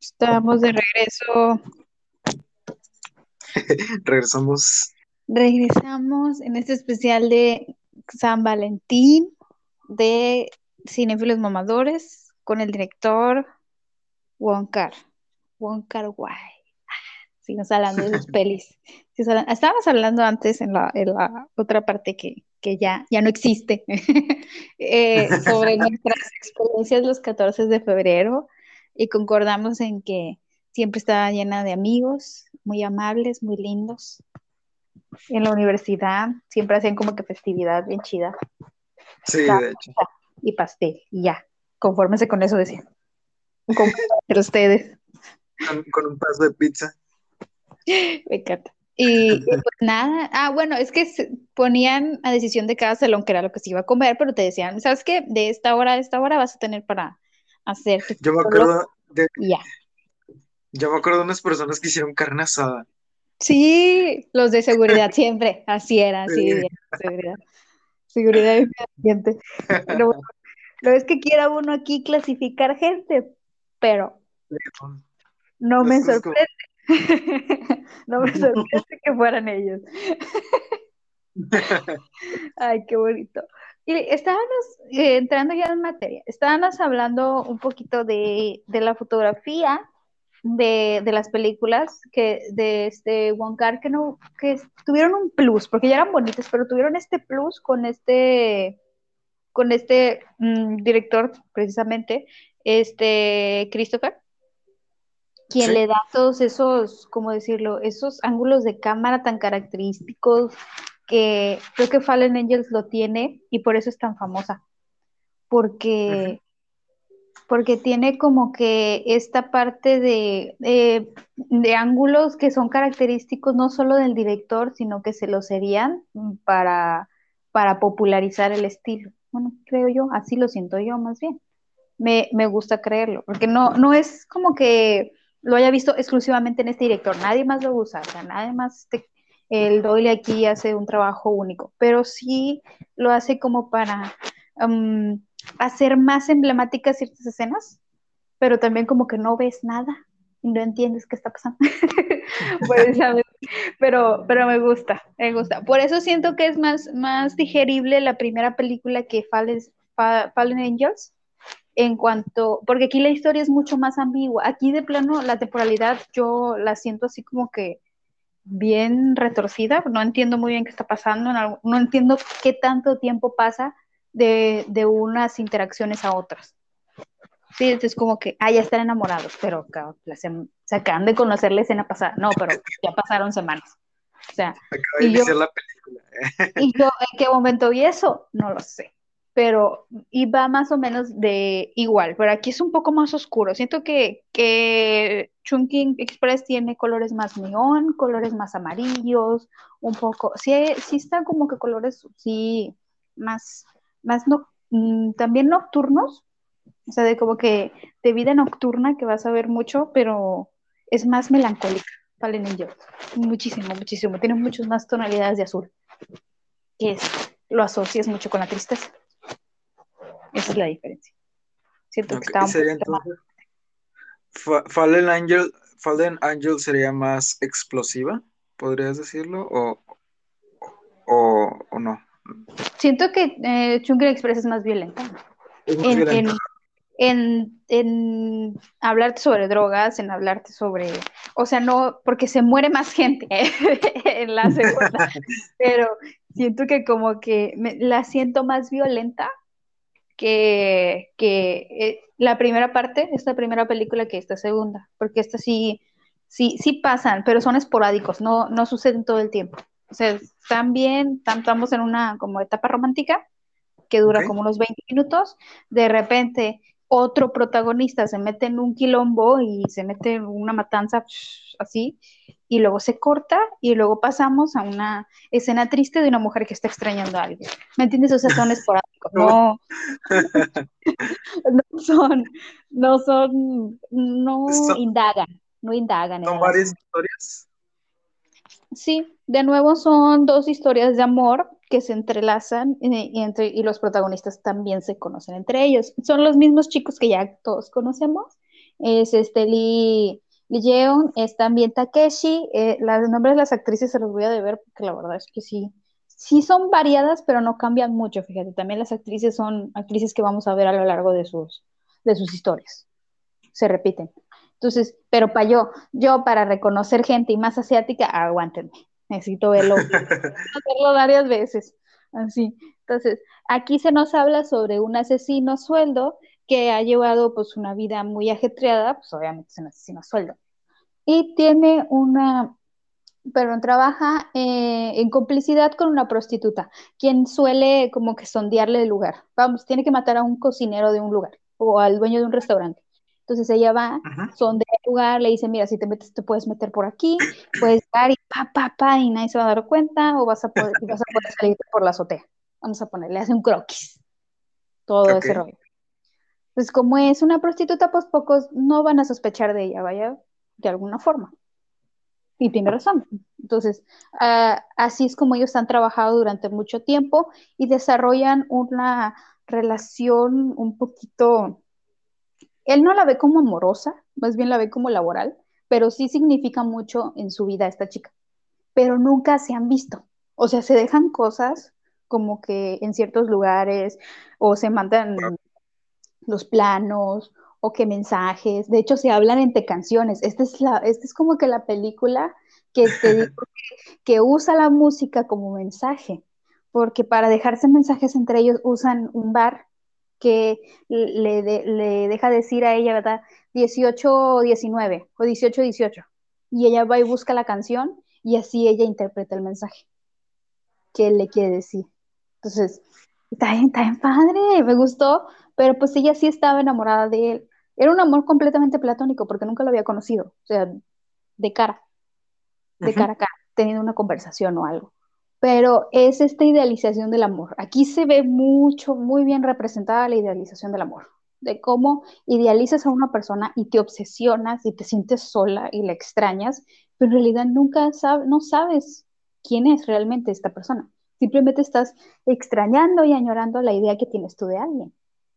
Estamos de regreso. Regresamos. Regresamos en este especial de San Valentín de Cinéfilos Mamadores con el director Wong Kar. Wong Kar Wai. Seguimos hablando de sus pelis. Estábamos hablando antes en la otra parte que ya no existe, sobre nuestras experiencias los 14 de febrero y concordamos en que siempre estaba llena de amigos, muy amables, muy lindos. En la universidad siempre hacían como que festividad bien chida. Sí, Estaba de hecho. y pastel y ya. Confórmense con eso, decían. Como entre ustedes. Con un pedazo de pizza. Me encanta. Y pues nada, bueno, es que ponían a decisión de cada salón que era lo que se iba a comer, pero te decían, ¿sabes qué? De esta hora a esta hora vas a tener para hacer tu Yo me solo acuerdo de, y ya. yo me acuerdo de unas personas que hicieron carne asada. Sí, los de seguridad siempre, así era, así Sí. bien, seguridad, seguridad y medio ambiente. No, no es que quiera uno aquí clasificar gente, pero no Las me cosas como... sorprende, no me sorprende que fueran ellos. Ay, qué bonito. Y estábamos entrando ya en materia, estábamos hablando un poquito de la fotografía de las películas que de este Wong Kar que no que tuvieron un plus, porque ya eran bonitas, pero tuvieron este plus con este director precisamente, este Christopher, quien Sí, le da todos esos, ¿cómo decirlo? Esos ángulos de cámara tan característicos que creo que Fallen Angels lo tiene y por eso es tan famosa, ujú, porque, porque tiene como que esta parte de ángulos que son característicos no solo del director, sino que se lo serían para popularizar el estilo. Bueno, creo yo, así lo siento yo más bien. Me gusta creerlo, porque no es como que lo haya visto exclusivamente en este director, nadie más lo usa, o sea, nadie más, el Doyle aquí hace un trabajo único, pero sí lo hace como para um, hacer más emblemáticas ciertas escenas, pero también como que no ves nada y no entiendes qué está pasando. Pues, ¿sabes? Pero me gusta, me gusta. Por eso siento que es más digerible la primera película que Fallen Angels, en cuanto, porque aquí la historia es mucho más ambigua. Aquí de plano la temporalidad yo la siento así como que bien retorcida, no entiendo muy bien qué está pasando, no entiendo qué tanto tiempo pasa de unas interacciones a otras. Sí, es como que, ya están enamorados, pero claro, se acaban de conocer la escena pasada. No, pero ya pasaron semanas. O sea, acaba de y yo, iniciar la película. y yo, ¿en qué momento vi eso? No lo sé. Pero, y va más o menos de igual, pero aquí es un poco más oscuro. Siento que Chungking Express tiene colores más neón, colores más amarillos, un poco, sí, sí están como que colores, sí, más, más no, también nocturnos, o sea, de como que de vida nocturna que vas a ver mucho, pero es más melancólica, Fallen Angel. Muchísimo, muchísimo. Tiene muchas más tonalidades de azul, que es, lo asocias mucho con la tristeza. Esa es la diferencia. Siento que Ok, está un sería poquito más. entonces... Fallen Angel sería más explosiva, ¿podrías decirlo? O no. Siento que Chungking Express es más violenta. Es más En, violenta. en, en hablarte sobre drogas, en hablarte sobre, o sea, no, porque se muere más gente en la segunda, pero siento que como que la siento más violenta que la primera parte, esta primera película que esta segunda, porque esta sí pasan, pero son esporádicos, no suceden todo el tiempo. O sea, están bien, estamos en una como etapa romántica que Ok. dura como unos 20 minutos, de repente otro protagonista se mete en un quilombo y se mete en una matanza así, y luego se corta y luego pasamos a una escena triste de una mujer que está extrañando a alguien. ¿Me entiendes? O sea, son esporádicos, ¿Cómo? no son, no Son, indagan, no indagan en son el varias asunto. historias. Sí, de nuevo son dos historias de amor que se entrelazan y los protagonistas también se conocen entre ellos. Son los mismos chicos que ya todos conocemos es Lee Jeon, es también Takeshi, los nombres de las actrices se los voy a deber porque la verdad es que sí, sí son variadas, pero no cambian mucho, fíjate, también las actrices son actrices que vamos a ver a lo largo de sus historias, se repiten. Entonces, pero para yo para reconocer gente y más asiática, aguántenme, necesito verlo varias veces, así. Entonces, aquí se nos habla sobre un asesino a sueldo que ha llevado pues una vida muy ajetreada, pues obviamente es un asesino a sueldo. Y tiene perdón, trabaja en complicidad con una prostituta, quien suele como que sondearle el lugar. Vamos, tiene que matar a un cocinero de un lugar o al dueño de un restaurante. Entonces ella va, Ujú. sondea el lugar, le dice, mira, si te metes, te puedes meter por aquí, puedes llegar y pa, y nadie se va a dar cuenta, o vas a poder salir por la azotea. Vamos a ponerle, hace un croquis, todo Ok. ese rollo. Pues como es una prostituta, pues pocos no van a sospechar de ella, vaya, de alguna forma. Y tiene razón. Entonces, así es como ellos han trabajado durante mucho tiempo y desarrollan una relación un poquito, él no la ve como amorosa, más bien la ve como laboral, pero sí significa mucho en su vida esta chica, pero nunca se han visto. O sea, se dejan cosas como que en ciertos lugares o se mandan los planos o qué mensajes. De hecho, se hablan entre canciones. Esta es como que la película que te digo que usa la música como mensaje, porque para dejarse mensajes entre ellos usan un bar que le deja decir a ella, ¿verdad? 18-19 o 18-18. Y ella va y busca la canción y así ella interpreta el mensaje que él le quiere decir. Entonces, está bien padre, me gustó, pero pues ella sí estaba enamorada de él. Era un amor completamente platónico porque nunca lo había conocido, o sea, de cara, Ujú. a cara, teniendo una conversación o algo. Pero es esta idealización del amor. Aquí se ve mucho, muy bien representada la idealización del amor, de cómo idealizas a una persona y te obsesionas y te sientes sola y la extrañas, pero en realidad no sabes quién es realmente esta persona. Simplemente estás extrañando y añorando la idea que tienes tú de alguien,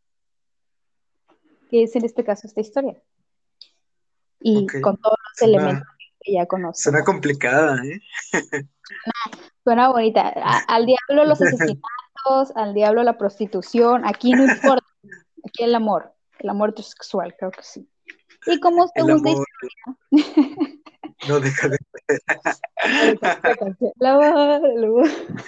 que es en este caso esta historia, Ok. y con todos los elementos Suena, que ya conoces. suena complicada, ¿eh? Suena bonita. Al diablo los asesinatos, al diablo la prostitución, aquí no importa, aquí el amor heterosexual, creo que sí. Y como El segunda amor historia, no deja de... el amor, el amor.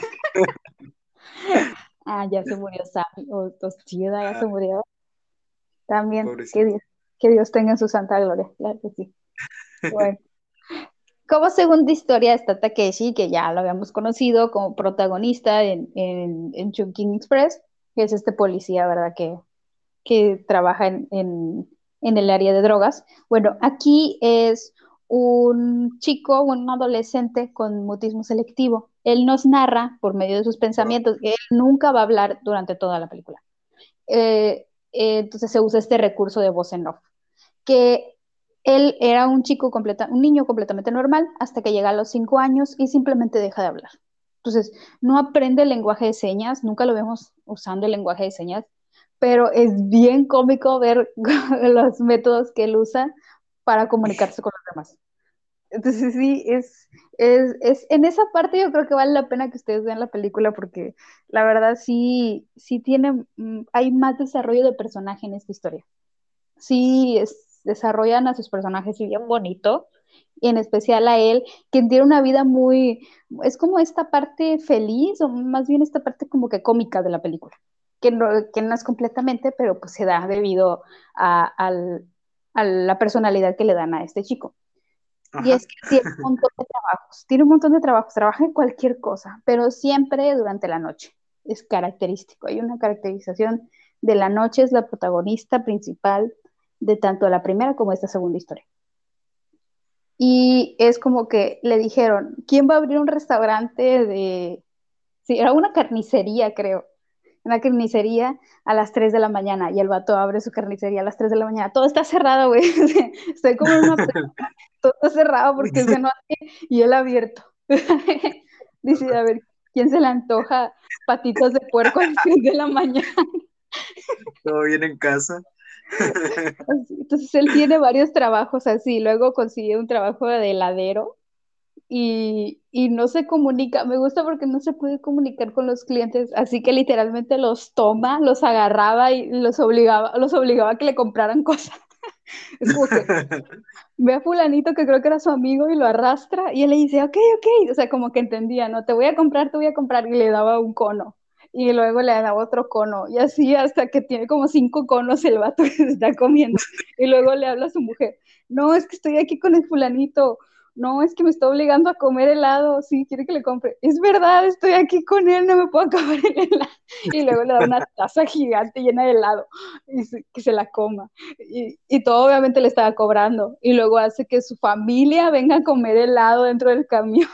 Ah, ya se murió Sammy, o Toshida ya se Ah, murió. También, pobrecito. Que Dios tenga en su santa gloria, claro que sí. Bueno, como segunda historia está Takeshi, que ya lo habíamos conocido como protagonista en Chungking Express, que es este policía, ¿verdad? Que trabaja en el área de drogas. Bueno, aquí es un chico, un adolescente con mutismo selectivo. Él nos narra por medio de sus Wow. pensamientos. Él nunca va a hablar durante toda la película. Entonces se usa este recurso de voz en off, que él era un niño completamente normal hasta que llega a los 5 años y simplemente deja de hablar. Entonces, no aprende el lenguaje de señas, nunca lo vemos usando el lenguaje de señas, pero es bien cómico ver los métodos que él usa para comunicarse con los demás. Entonces, sí, en esa parte yo creo que vale la pena que ustedes vean la película porque la verdad sí tiene, hay más desarrollo de personaje en esta historia. Sí, desarrollan a sus personajes bien bonito, y en especial a él, quien tiene una vida es como esta parte feliz, o más bien esta parte como que cómica de la película, que no es completamente, pero pues se da debido a la personalidad que le dan a este chico. Y Ajá. es que tiene un montón de trabajos, trabaja en cualquier cosa, pero siempre durante la noche. Es característico. Hay una caracterización de la noche, es la protagonista principal de tanto la primera como esta segunda historia. Y es como que le dijeron, ¿quién va a abrir un restaurante de... Sí, era una carnicería, creo. Una carnicería a las 3 de la mañana y el vato abre su carnicería a las 3 de la mañana. Todo está cerrado, güey. Estoy como en una todo está cerrado porque es de noche y él abierto. Dice, a ver, ¿quién se le antoja patitas de puerco a las 3 de la mañana? ¿Todo bien en casa? Así, entonces él tiene varios trabajos así, luego consiguió un trabajo de heladero y no se comunica, me gusta porque no se puede comunicar con los clientes, así que literalmente los toma, los agarraba y los obligaba a que le compraran cosas. Es como que ve a fulanito que creo que era su amigo y lo arrastra y él le dice, ok, ok, o sea, como que entendía, ¿no? Te voy a comprar y le daba un cono y luego le daba otro cono y así hasta que tiene como 5 conos el vato que se está comiendo y luego le habla a su mujer, no, es que estoy aquí con el fulanito, no, es que me está obligando a comer helado, sí, quiere que le compre, es verdad, estoy aquí con él, no me puedo acabar el helado y luego le da una taza gigante llena de helado y que se la coma y todo obviamente le estaba cobrando. Y luego hace que su familia venga a comer helado dentro del camión.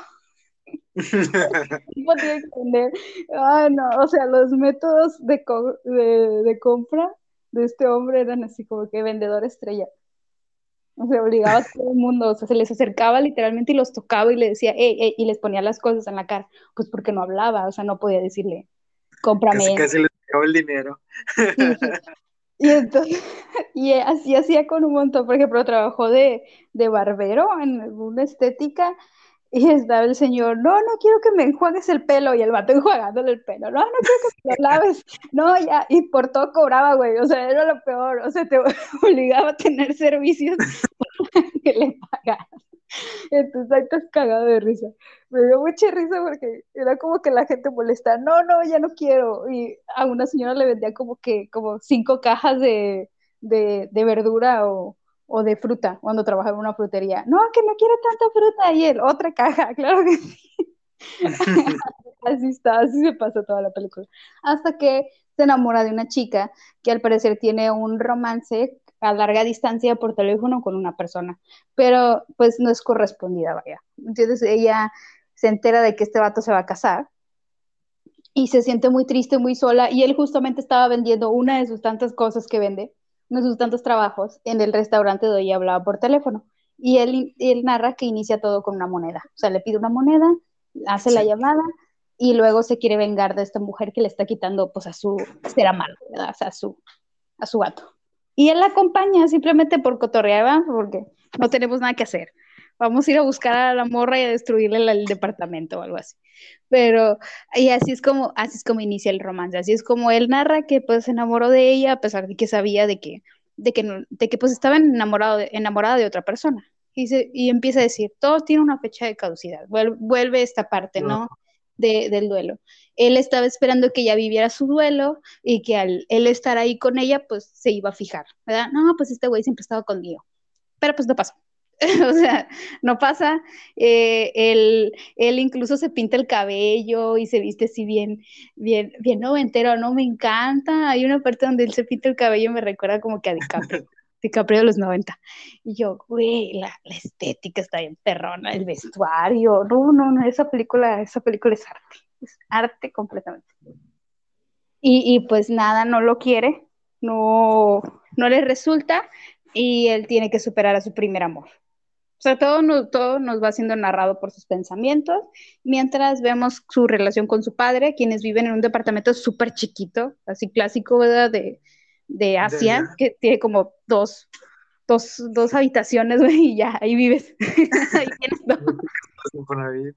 No tiene que vender. Ay, no, o sea, los métodos de compra de este hombre eran así como que vendedor estrella. O sea, obligaba a todo el mundo, o sea, se les acercaba literalmente y los tocaba y le decía, y les ponía las cosas en la cara, pues porque no hablaba, o sea, no podía decirle, Casi, cómprame. casi le sacaba el dinero. Sí, sí. Y entonces, y así hacía con un montón, por ejemplo, trabajó de barbero en una estética y estaba el señor, no, no quiero que me enjuagues el pelo y el vato enjuagándole el pelo, no, no quiero que me lo laves, no, ya, y por todo cobraba, güey, o sea, era lo peor, o sea, te obligaba a tener servicios que le pagaran. Entonces ahí estás cagado de risa. Me dio mucha risa porque era como que la gente molesta, no, no, ya no quiero. Y a una señora le vendía como que, como 5 cajas de verdura o de fruta cuando trabajaba en una frutería. No, que no quiero tanta fruta. Y él, otra caja, claro que sí. Así está, así se pasa toda la película. Hasta que se enamora de una chica que al parecer tiene un romance a larga distancia por teléfono con una persona, pero pues no es correspondida, vaya. Entonces ella se entera de que este vato se va a casar y se siente muy triste, muy sola, y él justamente estaba vendiendo una de sus tantas cosas que vende, uno de sus tantos trabajos en el restaurante donde ella hablaba por teléfono. Y él narra que inicia todo con una moneda, o sea, le pide una moneda, hace la Sí. llamada y luego se quiere vengar de esta mujer que le está quitando pues a su ser amado, ¿verdad? O sea, a su gato. Y él la acompaña simplemente por cotorrear, ¿verdad? Porque no tenemos nada que hacer. Vamos a ir a buscar a la morra y a destruirle el departamento o algo así. Pero, y así es como inicia el romance, así es como él narra que pues se enamoró de ella a pesar de que sabía de que pues estaba enamorada de otra persona. Y empieza a decir, todo tiene una fecha de caducidad. Vuelve esta parte, No. ¿no? Del duelo. Él estaba esperando que ella viviera su duelo y que al él estar ahí con ella, pues se iba a fijar, ¿verdad? No, pues este güey siempre estaba conmigo. Pero pues no pasó. O sea, no pasa. Él incluso se pinta el cabello y se viste así bien noventero, ¿no? Me encanta. Hay una parte donde él se pinta el cabello, me recuerda como que a DiCaprio. DiCaprio de los 90. Y yo, güey, la estética está bien perrona, el vestuario. No, no, no, esa película es arte completamente. Y pues nada, no lo quiere, no, no le resulta y él tiene que superar a su primer amor. O sea, todo nos va siendo narrado por sus pensamientos, mientras vemos su relación con su padre, quienes viven en un departamento súper chiquito, así clásico, ¿verdad? De De Asia, allá. que tiene como dos habitaciones, güey, y ya, ahí vives. Ahí tienes todo. Infonavit.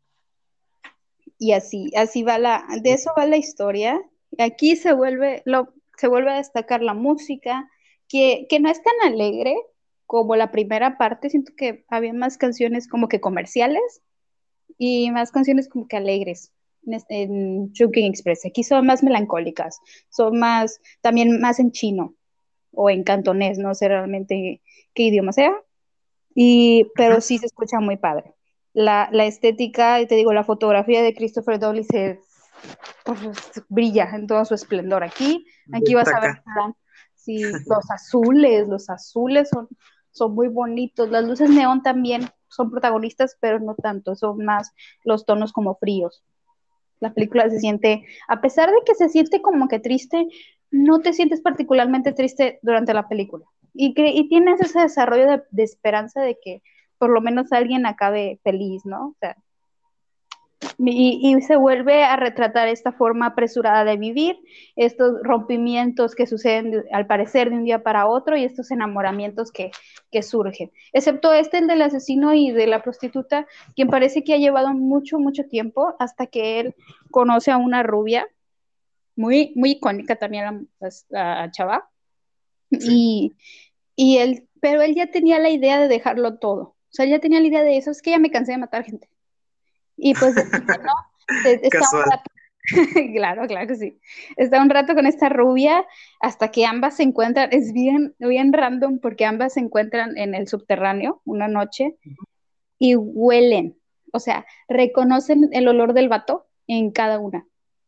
Y así va de eso va la historia. Aquí se vuelve a destacar la música, que no es tan alegre como la primera parte, siento que había más canciones como que comerciales y más canciones como que alegres en Chungking Express. Aquí son más melancólicas, son también más en chino o en cantonés, no sé realmente qué idioma sea, pero sí se escucha muy padre. La estética, y te digo, la fotografía de Christopher Dolly pues, brilla en todo su esplendor. Aquí vas a ver Destaca. sí, los azules son muy bonitos. Las luces neón también son protagonistas, pero no tanto, son más los tonos como fríos. La película se siente, a pesar de que se siente como que triste, no te sientes particularmente triste durante la película. Y tienes ese desarrollo de esperanza de que por lo menos alguien acabe feliz, ¿no? O sea, Y se vuelve a retratar esta forma apresurada de vivir, estos rompimientos que suceden al parecer de un día para otro y estos enamoramientos que surgen. Excepto el del asesino y de la prostituta, quien parece que ha llevado mucho, mucho tiempo hasta que él conoce a una rubia, muy, muy icónica también la chava, Sí. y, pero él ya tenía la idea de dejarlo todo. O sea, él ya tenía la idea de eso, es que ya me cansé de matar gente. Y pues decide, ¿no? Está un Casual. rato, claro, claro que sí. Está un rato con esta rubia hasta que ambas se encuentran, es bien, bien random porque ambas se encuentran en el subterráneo una noche y huelen, o sea, reconocen el olor del vato en cada una.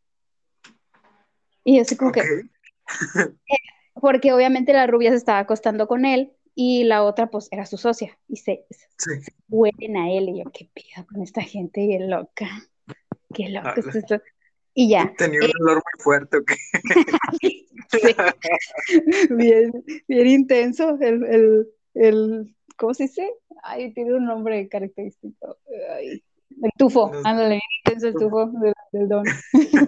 Y así como Ok. que, porque obviamente la rubia se estaba acostando con él y la otra pues era su socia y se Sí. huelen a él y yo, qué pedo con esta gente bien loca, qué loco es Ala. esto. Y ya, Tenía un olor muy fuerte, ok. sí, bien, bien intenso, ¿cómo se dice? Ay, tiene un nombre característico. Ay, el tufo, No sé. ándale, bien intenso el tufo del don,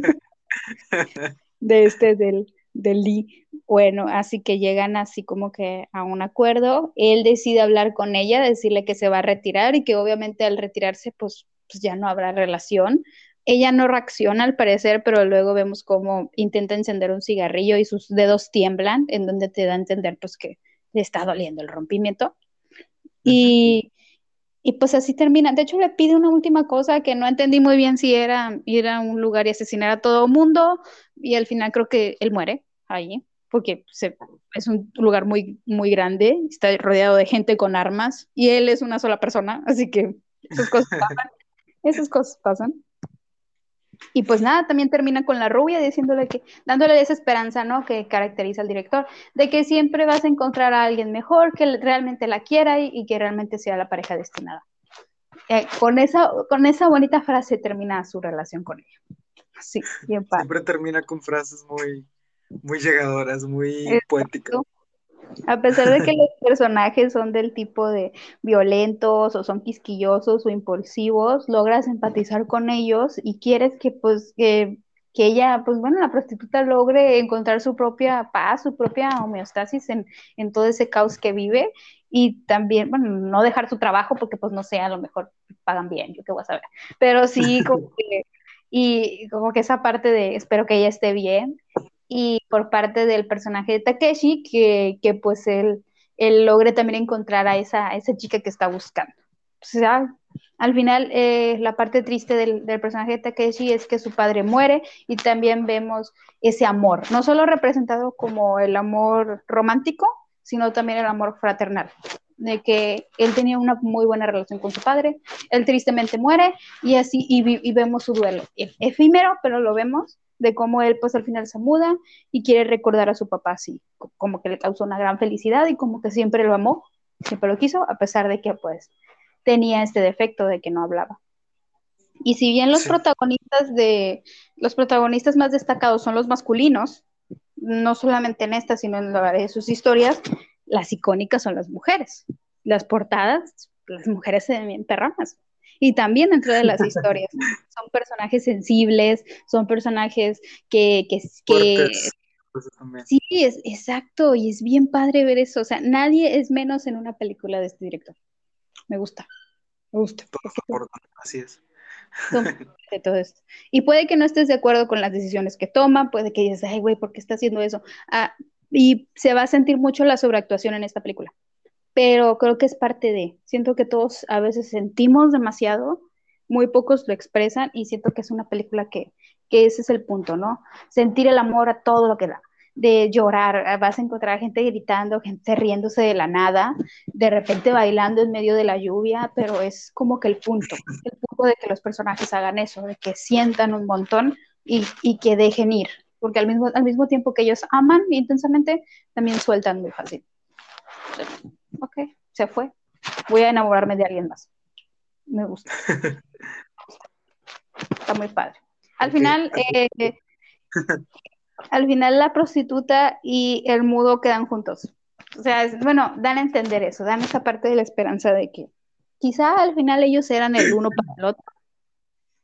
del Lee. Bueno, así que llegan así como que a un acuerdo. Él decide hablar con ella, decirle que se va a retirar y que obviamente al retirarse, pues ya no habrá relación. Ella no reacciona al parecer, pero luego vemos cómo intenta encender un cigarrillo y sus dedos tiemblan, en donde te da a entender pues que le está doliendo el rompimiento. Ujú. Y, y pues así termina. De hecho, le pide una última cosa que no entendí muy bien si era ir a un lugar y asesinar a todo mundo. Y al final creo que él muere ahí, porque es un lugar muy, muy grande, está rodeado de gente con armas y él es una sola persona, así que esas cosas pasan. Y pues nada, también termina con la rubia diciéndole que, dándole esa esperanza, ¿no? Que caracteriza al director, de que siempre vas a encontrar a alguien mejor, que realmente la quiera y que realmente sea la pareja destinada. Con esa bonita frase termina su relación con ella. Sí, bien padre. Siempre termina con frases muy, muy llegadoras, muy poéticas. Exacto. A pesar de que los personajes son del tipo de violentos o son quisquillosos o impulsivos, logras empatizar con ellos y quieres que pues que ella, pues bueno, la prostituta logre encontrar su propia paz, su propia homeostasis en todo ese caos que vive y también, bueno, no dejar su trabajo porque pues no sé, a lo mejor pagan bien, yo qué voy a saber, pero sí como que, y como que esa parte de espero que ella esté bien y por parte del personaje de Takeshi, que pues él logre también encontrar a esa chica que está buscando. O sea, al final, la parte triste del personaje de Takeshi es que su padre muere y también vemos ese amor, no solo representado como el amor romántico, sino también el amor fraternal, de que él tenía una muy buena relación con su padre, él tristemente muere y así y vemos su duelo, efímero, pero lo vemos de cómo él pues al final se muda y quiere recordar a su papá así, como que le causó una gran felicidad y como que siempre lo amó, siempre lo quiso, a pesar de que pues tenía este defecto de que no hablaba. Y si bien Sí, los protagonistas más destacados son los masculinos, no solamente en esta, sino en la de sus historias, las icónicas son las mujeres. Las portadas, las mujeres se ven bien perronas. Y también dentro de las historias, son personajes sensibles, son personajes que fuertes. Pues también. sí, es exacto, y es bien padre ver eso. O sea, nadie es menos en una película de este director. Me gusta, me gusta. Todos aportan, así es. Son parte de todo esto. Y puede que no estés de acuerdo con las decisiones que toma, puede que dices, ay, güey, ¿por qué está haciendo eso? Y se va a sentir mucho la sobreactuación en esta película. Pero creo que es parte de. Siento que todos a veces sentimos demasiado, muy pocos lo expresan y siento que es una película que ese es el punto, ¿no? Sentir el amor a todo lo que da. De llorar, vas a encontrar gente gritando, gente riéndose de la nada, de repente bailando en medio de la lluvia, pero es como que el punto de que los personajes hagan eso, de que sientan un montón y que dejen ir, porque al mismo tiempo que ellos aman intensamente, también sueltan muy fácil. Ok, se fue. Voy a enamorarme de alguien más. Me gusta, está muy padre. Al Ok. final, al final la prostituta y el mudo quedan juntos. O sea, bueno, dan a entender eso, dan esa parte de la esperanza de que quizá al final ellos eran el uno para el otro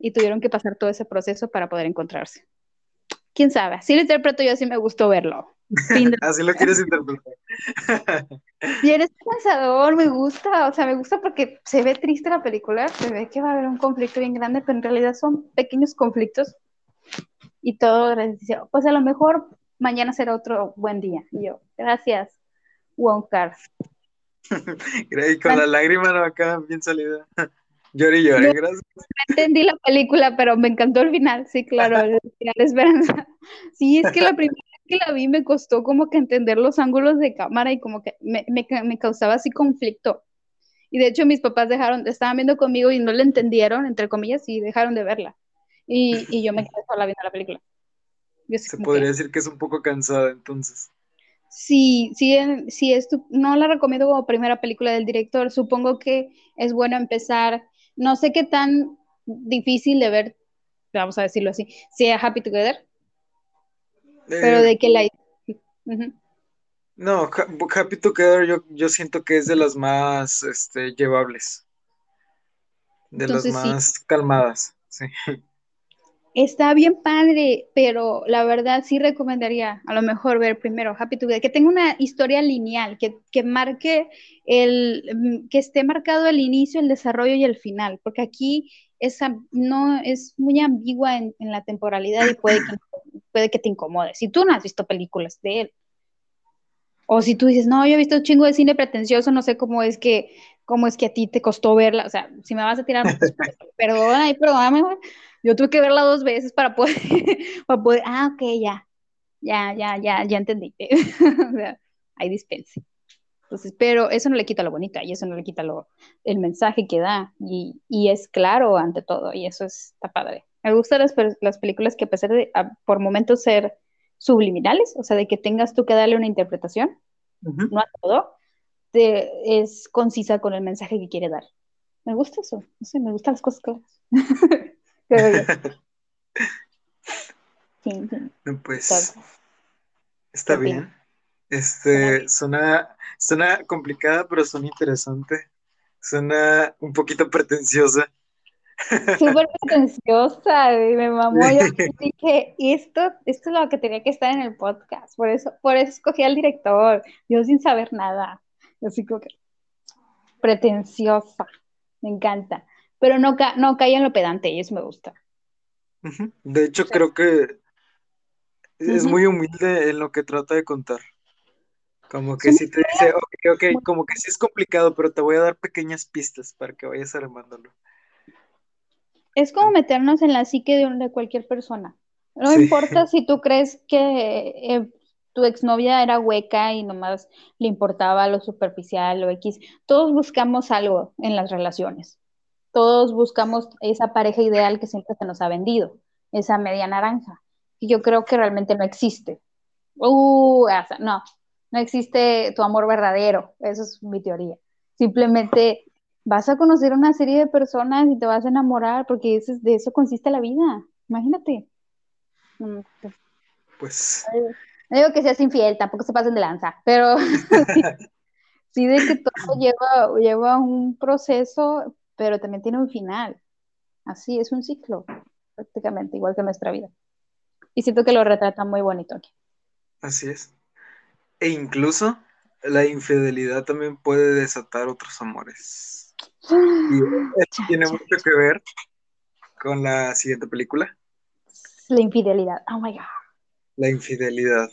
y tuvieron que pasar todo ese proceso para poder encontrarse. ¿Quién sabe? Si lo interpreto yo, sí me gustó verlo. Fin de... Así lo quieres interpretar. Y eres pensador, me gusta, o sea, me gusta porque se ve triste la película, se ve que va a haber un conflicto bien grande, pero en realidad son pequeños conflictos y todo, dice, pues a lo mejor mañana será otro buen día. Y yo, gracias, Wong Kar. Y con la lágrima no, acá bien salida. Llore y No llore, gracias. entendí la película, pero me encantó el final, sí, claro, el final de Esperanza. Sí, es que la primera vez que la vi me costó como que entender los ángulos de cámara y como que me causaba así conflicto. Y de hecho mis papás estaban viendo conmigo y no la entendieron, entre comillas, y dejaron de verla. Y yo me quedé sola viendo la película. Yo así Se como que, podría decir que es un poco cansada, entonces. sí, sí, sí no la recomiendo como primera película del director. Supongo que es bueno empezar, no sé qué tan difícil de ver, vamos a decirlo así, sea Happy Together, pero Eh, de que la... Ujú. no, Happy Together yo siento que es de las más llevables, de las Entonces sí, más calmadas. Sí. está bien padre, pero la verdad sí recomendaría a lo mejor ver primero Happy Together, que tenga una historia lineal, que marque que esté marcado el inicio, el desarrollo y el final, porque aquí no es muy ambigua en la temporalidad y puede que te incomode. Si tú no has visto películas de él, o si tú dices, no, yo he visto un chingo de cine pretencioso, no sé cómo es que a ti te costó verla. O sea, si me vas a tirar matas por eso, perdona y perdóname, güey. Yo tuve que verla 2 veces para poder, ok, ya entendí. O sea, hay dispense. Entonces, pero eso no le quita lo bonito y eso no le quita el mensaje que da y es claro ante todo y eso está padre. Me gustan las películas que a pesar de por momentos ser subliminales, o sea, de que tengas tú que darle una interpretación, Ujú. no a todo, es concisa con el mensaje que quiere dar. Me gusta eso, no sé, me gustan las cosas claras. Creo yo. Sí, sí, No, todo. pues ¿Qué está opinas? bien. Suena bien. Suena complicada, pero suena interesante. Suena un poquito pretenciosa. Súper pretenciosa, y me mamó. Yo dije, esto es lo que tenía que estar en el podcast. Por eso escogí al director. Yo sin saber nada. Yo así como que pretenciosa. Me encanta. Pero no cae en lo pedante y eso me gusta. Ujú. De O hecho, sea, creo que es ujú. muy humilde en lo que trata de contar. Como que Son sí te dice, ok, ok, muy- como que sí es complicado, pero te voy a dar pequeñas pistas para que vayas armándolo. es como meternos en la psique de cualquier persona. No Sí, importa si tú crees que tu exnovia era hueca y nomás le importaba lo superficial o X. Todos buscamos algo en las relaciones. Todos buscamos esa pareja ideal que siempre se nos ha vendido, esa media naranja. Y yo creo que realmente no existe. No, no existe tu amor verdadero. Esa es mi teoría. Simplemente vas a conocer una serie de personas y te vas a enamorar porque de eso consiste la vida. Imagínate. Pues, pues no digo que seas infiel, tampoco se pasen de lanza, pero sí, sí de que todo lleva un proceso, pero también tiene un final. Así es un ciclo, prácticamente, igual que nuestra vida. Y siento que lo retrata muy bonito aquí. así es. E incluso la infidelidad también puede desatar otros amores. Y eso Chan, tiene chan. mucho que ver con la siguiente película, La infidelidad. Oh my God. la infidelidad.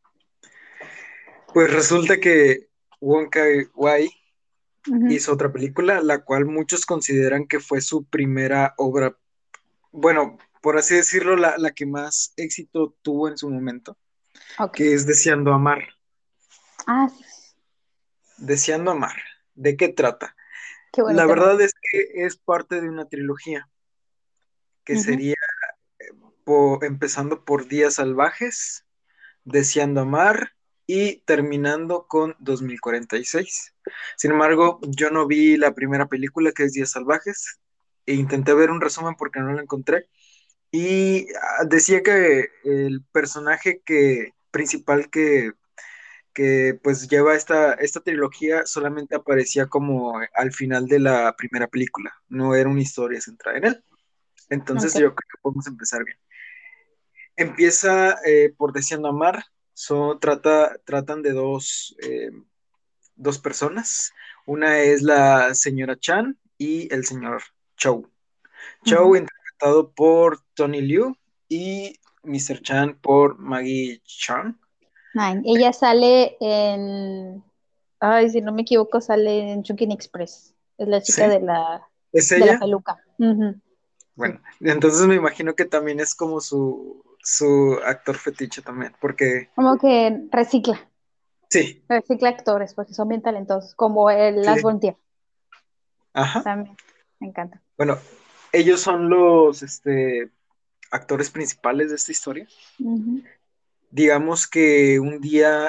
Pues resulta que Wong Kar-wai Ujú. hizo otra película, la cual muchos consideran que fue su primera obra, bueno, por así decirlo, la que más éxito tuvo en su momento, Ok. que es Deseando Amar. Ah, sí. Deseando Amar. ¿De qué trata? Qué La bonito nombre. verdad es que es parte de una trilogía, que Ujú. sería empezando por Días Salvajes, Deseando Amar y terminando con 2046. Sin embargo, yo no vi la primera película, que es Días Salvajes, e intenté ver un resumen porque no lo encontré. Y decía que el personaje principal que pues lleva esta trilogía solamente aparecía como al final de la primera película, no era una historia centrada en él. Entonces Ok. yo creo que podemos empezar bien. Empieza por Deseando Amar. Tratan de dos personas. Una es la señora Chan y el señor Chow. Chow Ujú. interpretado por Tony Liu y Mr. Chan por Maggie Chan. Ay, ella sale ay, si no me equivoco, sale en Chungking Express. Es la chica ¿Sí? ¿Es de la ella? peluca. Ujú. Sí. Bueno, entonces me imagino que también es como su actor fetiche también, porque Como que sí, recicla actores porque son bien talentosos, como el Last sí, Volunteer. ajá. También, me encanta. Bueno, ellos son los actores principales de esta historia. Ujú, Digamos que un día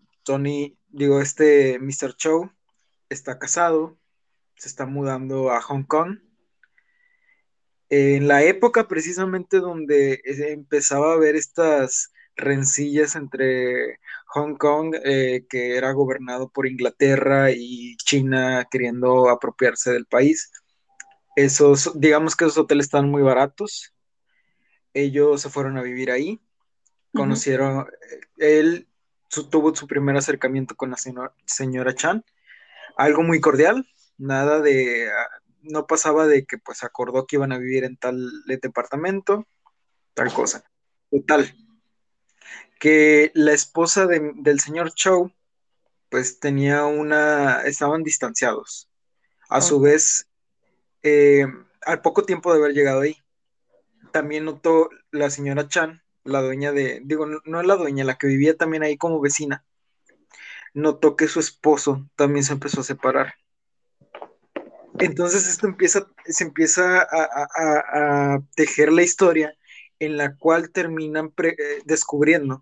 Mr. Chow está casado, se está mudando a Hong Kong. En la época precisamente donde empezaba a haber estas rencillas entre Hong Kong, que era gobernado por Inglaterra, y China queriendo apropiarse del país. Digamos que esos hoteles estaban muy baratos. Ellos se fueron a vivir ahí, ujú. conocieron, él tuvo su primer acercamiento con la señora Chan, algo muy cordial, nada de, no pasaba de que pues acordó que iban a vivir en tal departamento, tal cosa. Total, que la esposa del señor Chow, pues estaban distanciados. A su Ok. vez, al poco tiempo de haber llegado ahí, también notó la señora Chan, la dueña digo, no, no la dueña, la que vivía también ahí como vecina, notó que su esposo también se empezó a separar. Entonces se empieza a tejer la historia en la cual terminan descubriendo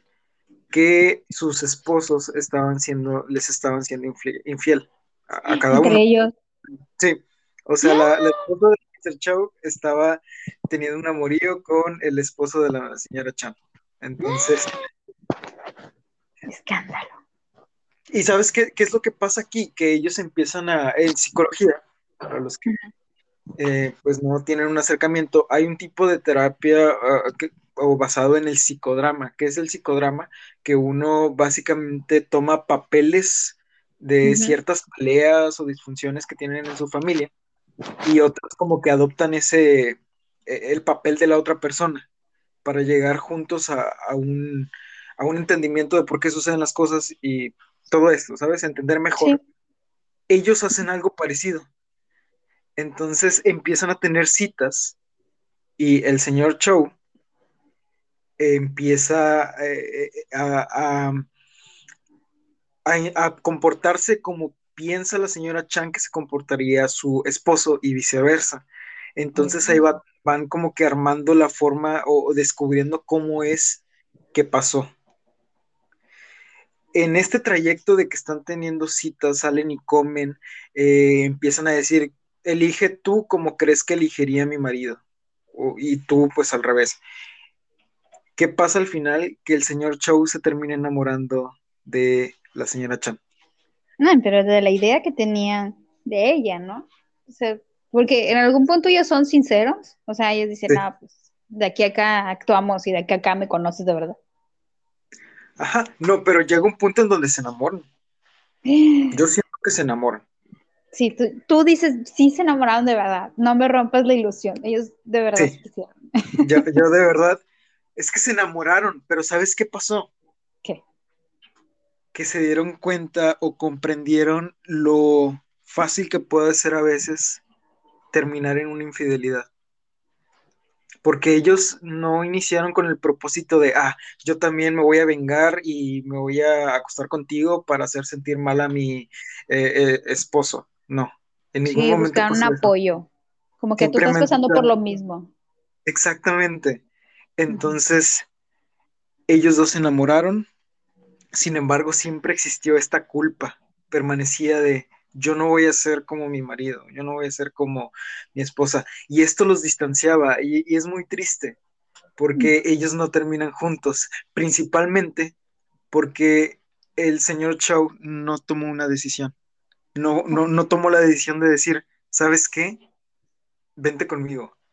que sus esposos les estaban siendo infiel a cada uno. Entre ellos. Sí, o sea, la esposa de Mr. Chow estaba teniendo un amorío con el esposo de la señora Chan. Entonces, Escándalo. ¿y sabes qué es lo que pasa aquí? Que ellos empiezan en psicología, para los que pues no tienen un acercamiento, hay un tipo de terapia o basado en el psicodrama. ¿Qué es el psicodrama? Que uno básicamente toma papeles de Ujú. ciertas peleas o disfunciones que tienen en su familia y otros como que adoptan el papel de la otra persona para llegar juntos a un entendimiento de por qué suceden las cosas y todo esto, ¿sabes? Entender mejor. Sí. Ellos hacen algo parecido. Entonces empiezan a tener citas y el señor Chow empieza a comportarse como piensa la señora Chan que se comportaría su esposo y viceversa. Entonces ahí Oh. van como que armando la forma o descubriendo cómo es que pasó. En este trayecto de que están teniendo citas, salen y comen, empiezan a decir, elige tú como crees que elegiría mi marido, y tú pues al revés. ¿Qué pasa al final? Que el señor Chow se termina enamorando de la señora Chan. No, pero de la idea que tenían de ella, ¿no? O sea, porque en algún punto ellos son sinceros, o sea, ellos dicen, Sí. ah, pues de aquí a acá actuamos y de aquí a acá me conoces de verdad. Ajá, no, pero llega un punto en donde se enamoran. Yo siento que se enamoran. Sí, tú dices, sí se enamoraron de verdad, no me rompas la ilusión, ellos de verdad se Sí, quisieron. yo de verdad, es que se enamoraron, pero ¿sabes qué pasó? ¿Qué? Que se dieron cuenta o comprendieron lo fácil que puede ser a veces terminar en una infidelidad. Porque ellos no iniciaron con el propósito de, yo también me voy a vengar y me voy a acostar contigo para hacer sentir mal a mi esposo. No, en ningún Sí, momento buscaron un pasó eso. apoyo, como que tú estás Simplemente pasando por lo mismo. exactamente. Ujú. Entonces, ellos dos se enamoraron. Sin embargo, siempre existió esta culpa, permanecía de yo no voy a ser como mi marido, yo no voy a ser como mi esposa. Y esto los distanciaba y es muy triste porque ellos no terminan juntos, principalmente porque el señor Chow no tomó una decisión, no tomó la decisión de decir, ¿sabes qué? Vente conmigo.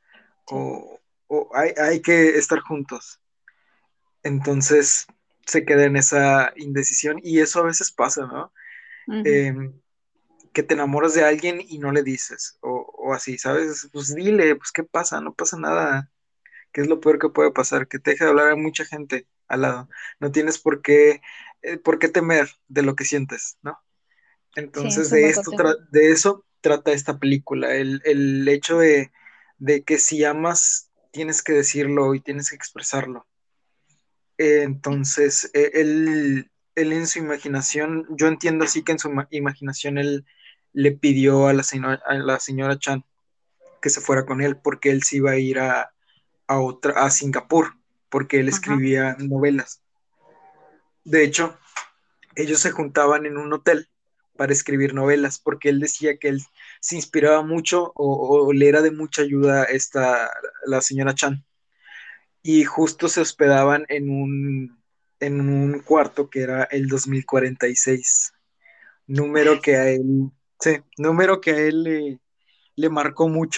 Sí. o hay que estar juntos. Entonces se queda en esa indecisión y eso a veces pasa, ¿no? Ujú. Em, que te enamoras de alguien y no le dices, o así, ¿sabes? Pues dile, pues ¿qué pasa? No pasa nada. ¿Qué es lo peor que puede pasar? Que te deje de hablar a mucha gente al lado. No tienes por qué temer de lo que sientes, ¿no? Sí, Entonces, es un buen consejo. de eso trata esta película, el hecho de que si amas, tienes que decirlo y tienes que expresarlo. Entonces, él en su imaginación, yo entiendo así que en su imaginación él le pidió a la señora Chan que se fuera con él porque él se iba a ir a Singapur, porque él Ajá. escribía novelas. De hecho, ellos se juntaban en un hotel para escribir novelas, porque él decía que él se inspiraba mucho o le era de mucha ayuda la señora Chan. Y justo se hospedaban en un cuarto que era el 2046, número que a él, sí, número que a él le marcó mucho.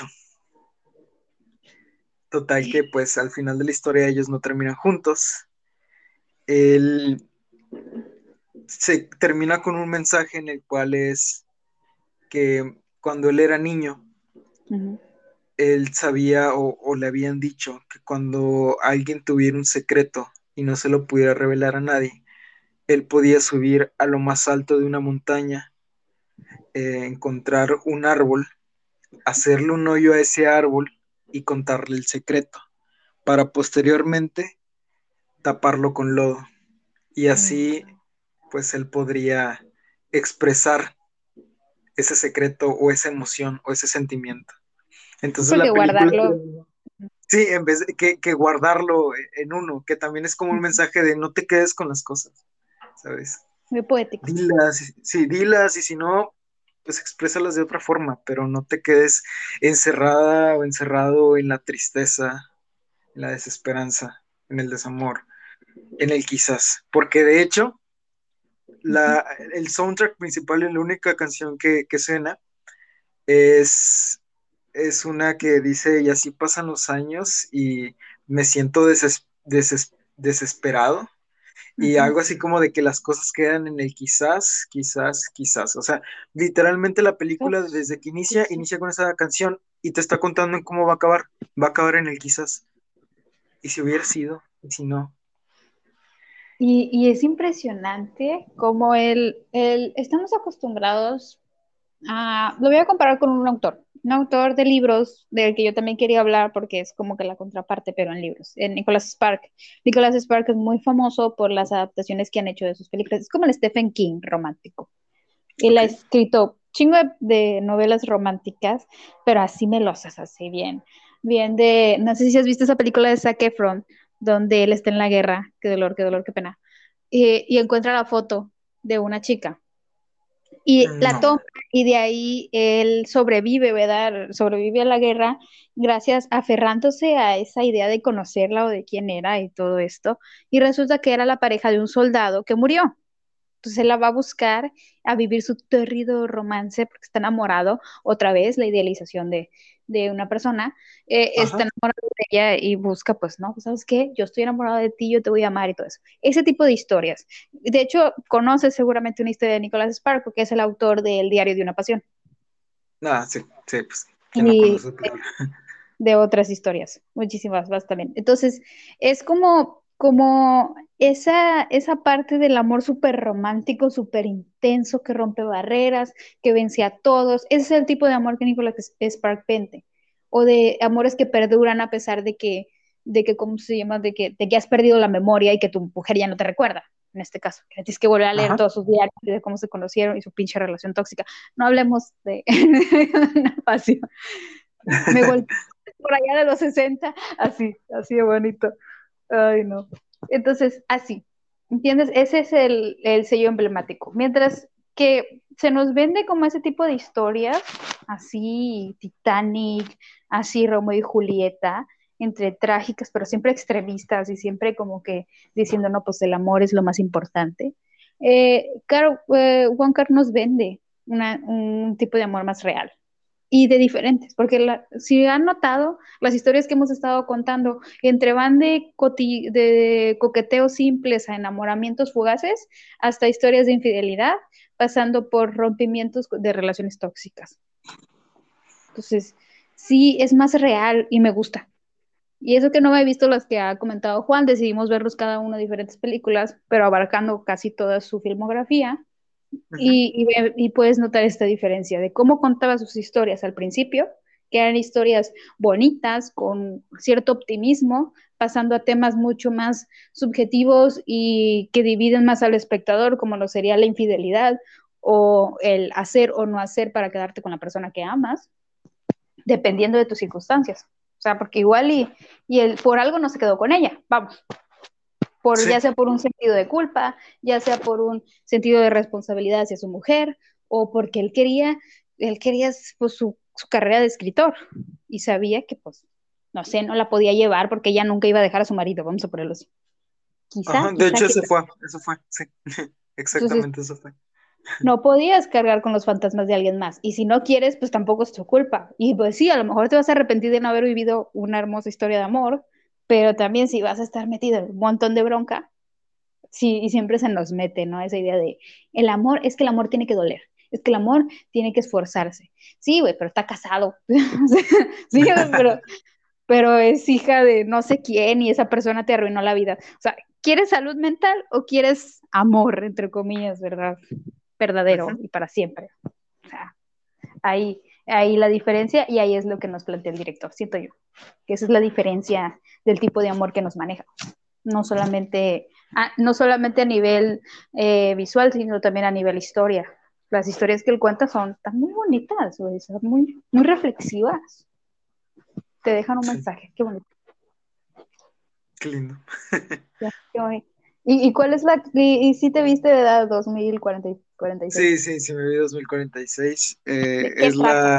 Total que pues al final de la historia ellos no terminan juntos. Él se termina con un mensaje en el cual es que cuando él era niño, Ujú. él sabía o le habían dicho que cuando alguien tuviera un secreto y no se lo pudiera revelar a nadie, él podía subir a lo más alto de una montaña, encontrar un árbol, hacerle un hoyo a ese árbol y contarle el secreto, para posteriormente taparlo con lodo. Y así, Mm. pues él podría expresar ese secreto o esa emoción o ese sentimiento. Entonces Porque la película, guardarlo, sí, en vez de que guardarlo en uno, que también es como un ujú, mensaje de no te quedes con las cosas, ¿sabes? muy poético. Dilas, sí, dilas y si no, pues exprésalas de otra forma, pero no te quedes encerrada o encerrado en la tristeza, en la desesperanza, en el desamor, en el quizás, porque de hecho Ujú. la, el soundtrack principal y la única canción que suena es, es una que dice, y así pasan los años y me siento desesperado. Y Ujú. algo así como de que las cosas quedan en el quizás, quizás, quizás. O sea, literalmente la película Quizás, desde que inicia, quizás. inicia con esa canción y te está contando en cómo va a acabar. Va a acabar en el quizás. Y si hubiera sido, y si no. Y es impresionante cómo estamos acostumbrados lo voy a comparar con un autor de libros del que yo también quería hablar porque es como que la contraparte, pero en libros, Nicholas Spark. Nicholas Spark es muy famoso por las adaptaciones que han hecho de sus películas. Es como el Stephen King romántico. Él ha Ok. escrito chingo de novelas románticas, pero así melosas, así bien. Bien no sé si has visto esa película de Zac Efron, donde él está en la guerra, qué dolor, qué pena, y encuentra la foto de una chica y la No. toma y de ahí él sobrevive, ¿verdad? Sobrevive a la guerra gracias aferrándose a esa idea de conocerla o de quién era y todo esto. Y resulta que era la pareja de un soldado que murió. Entonces él la va a buscar a vivir su terrible romance porque está enamorado, otra vez la idealización de una persona, está Ajá. enamorado de ella y busca, pues, no, ¿sabes qué? Yo estoy enamorado de ti, yo te voy a amar y todo eso. Ese tipo de historias. De hecho, conoces seguramente una historia de Nicholas Spark, porque es el autor de El diario de una pasión Nada, sí, sí, pues, ¿quién no y conoce? Pero de otras historias, muchísimas más también. Entonces, es como esa parte del amor súper romántico, súper intenso, que rompe barreras, que vence a todos. Ese es el tipo de amor que Nicolas Spark vende. O de amores que perduran a pesar de que, ¿cómo se llama? De que has perdido la memoria y que tu mujer ya no te recuerda. En este caso, que tienes que volver a leer ajá. todos sus diarios de cómo se conocieron y su pinche relación tóxica. No hablemos de una pasión. Me golpeé por allá de los 60 así de bonito. Ay, no. Entonces, así, ¿entiendes? Ese es el sello emblemático. Mientras que se nos vende como ese tipo de historias, así Titanic, así Romeo y Julieta, entre trágicas, pero siempre extremistas y siempre como que diciendo, no, pues el amor es lo más importante. Claro, Wonka nos vende un tipo de amor más real. y de diferentes, porque si han notado, las historias que hemos estado contando, entre van de coqueteos simples a enamoramientos fugaces, hasta historias de infidelidad, pasando por rompimientos de relaciones tóxicas. Entonces, sí, es más real y me gusta. Y eso que no me he visto las que ha comentado Juan, decidimos verlos cada uno diferentes películas, pero abarcando casi toda su filmografía. Ujú. Y puedes notar esta diferencia de cómo contaba sus historias al principio, que eran historias bonitas, con cierto optimismo, pasando a temas mucho más subjetivos y que dividen más al espectador, como lo sería la infidelidad o el hacer o no hacer para quedarte con la persona que amas, dependiendo de tus circunstancias. O sea, porque igual y él por algo no se quedó con ella, vamos, ya Sí, sea por un sentido de culpa, ya sea por un sentido de responsabilidad hacia su mujer, o porque él quería pues, su carrera de escritor y sabía que, pues, no sé, no la podía llevar porque ella nunca iba a dejar a su marido, vamos a ponerlo así. ajá, Quizá, de quizá, hecho quizá. eso fue, sí, Entonces, exactamente eso fue. no podías cargar con los fantasmas de alguien más. Y si no quieres, pues tampoco es tu culpa. Y pues sí, a lo mejor te vas a arrepentir de no haber vivido una hermosa historia de amor, pero también si vas a estar metido en un montón de bronca, sí, y siempre se nos mete, ¿no? Esa idea de el amor, es que el amor tiene que doler, es que el amor tiene que esforzarse. Sí, güey, pero está casado. Sí, güey, pero es hija de no sé quién y esa persona te arruinó la vida. O sea, ¿quieres salud mental o quieres amor, entre comillas, verdad? Verdadero Ujú. y para siempre. O sea, ahí la diferencia y ahí es lo que nos plantea el director, siento yo, que esa es la diferencia del tipo de amor que nos maneja, no solamente a nivel visual, sino también a nivel historia. Las historias que él cuenta están muy bonitas, güey, son muy, muy reflexivas, te dejan un Sí, mensaje, qué bonito. qué lindo. Qué bonito. ¿Y cuál es y si te viste de edad 2046? Sí, sí, sí, me vi 2046. ¿De qué Es trata?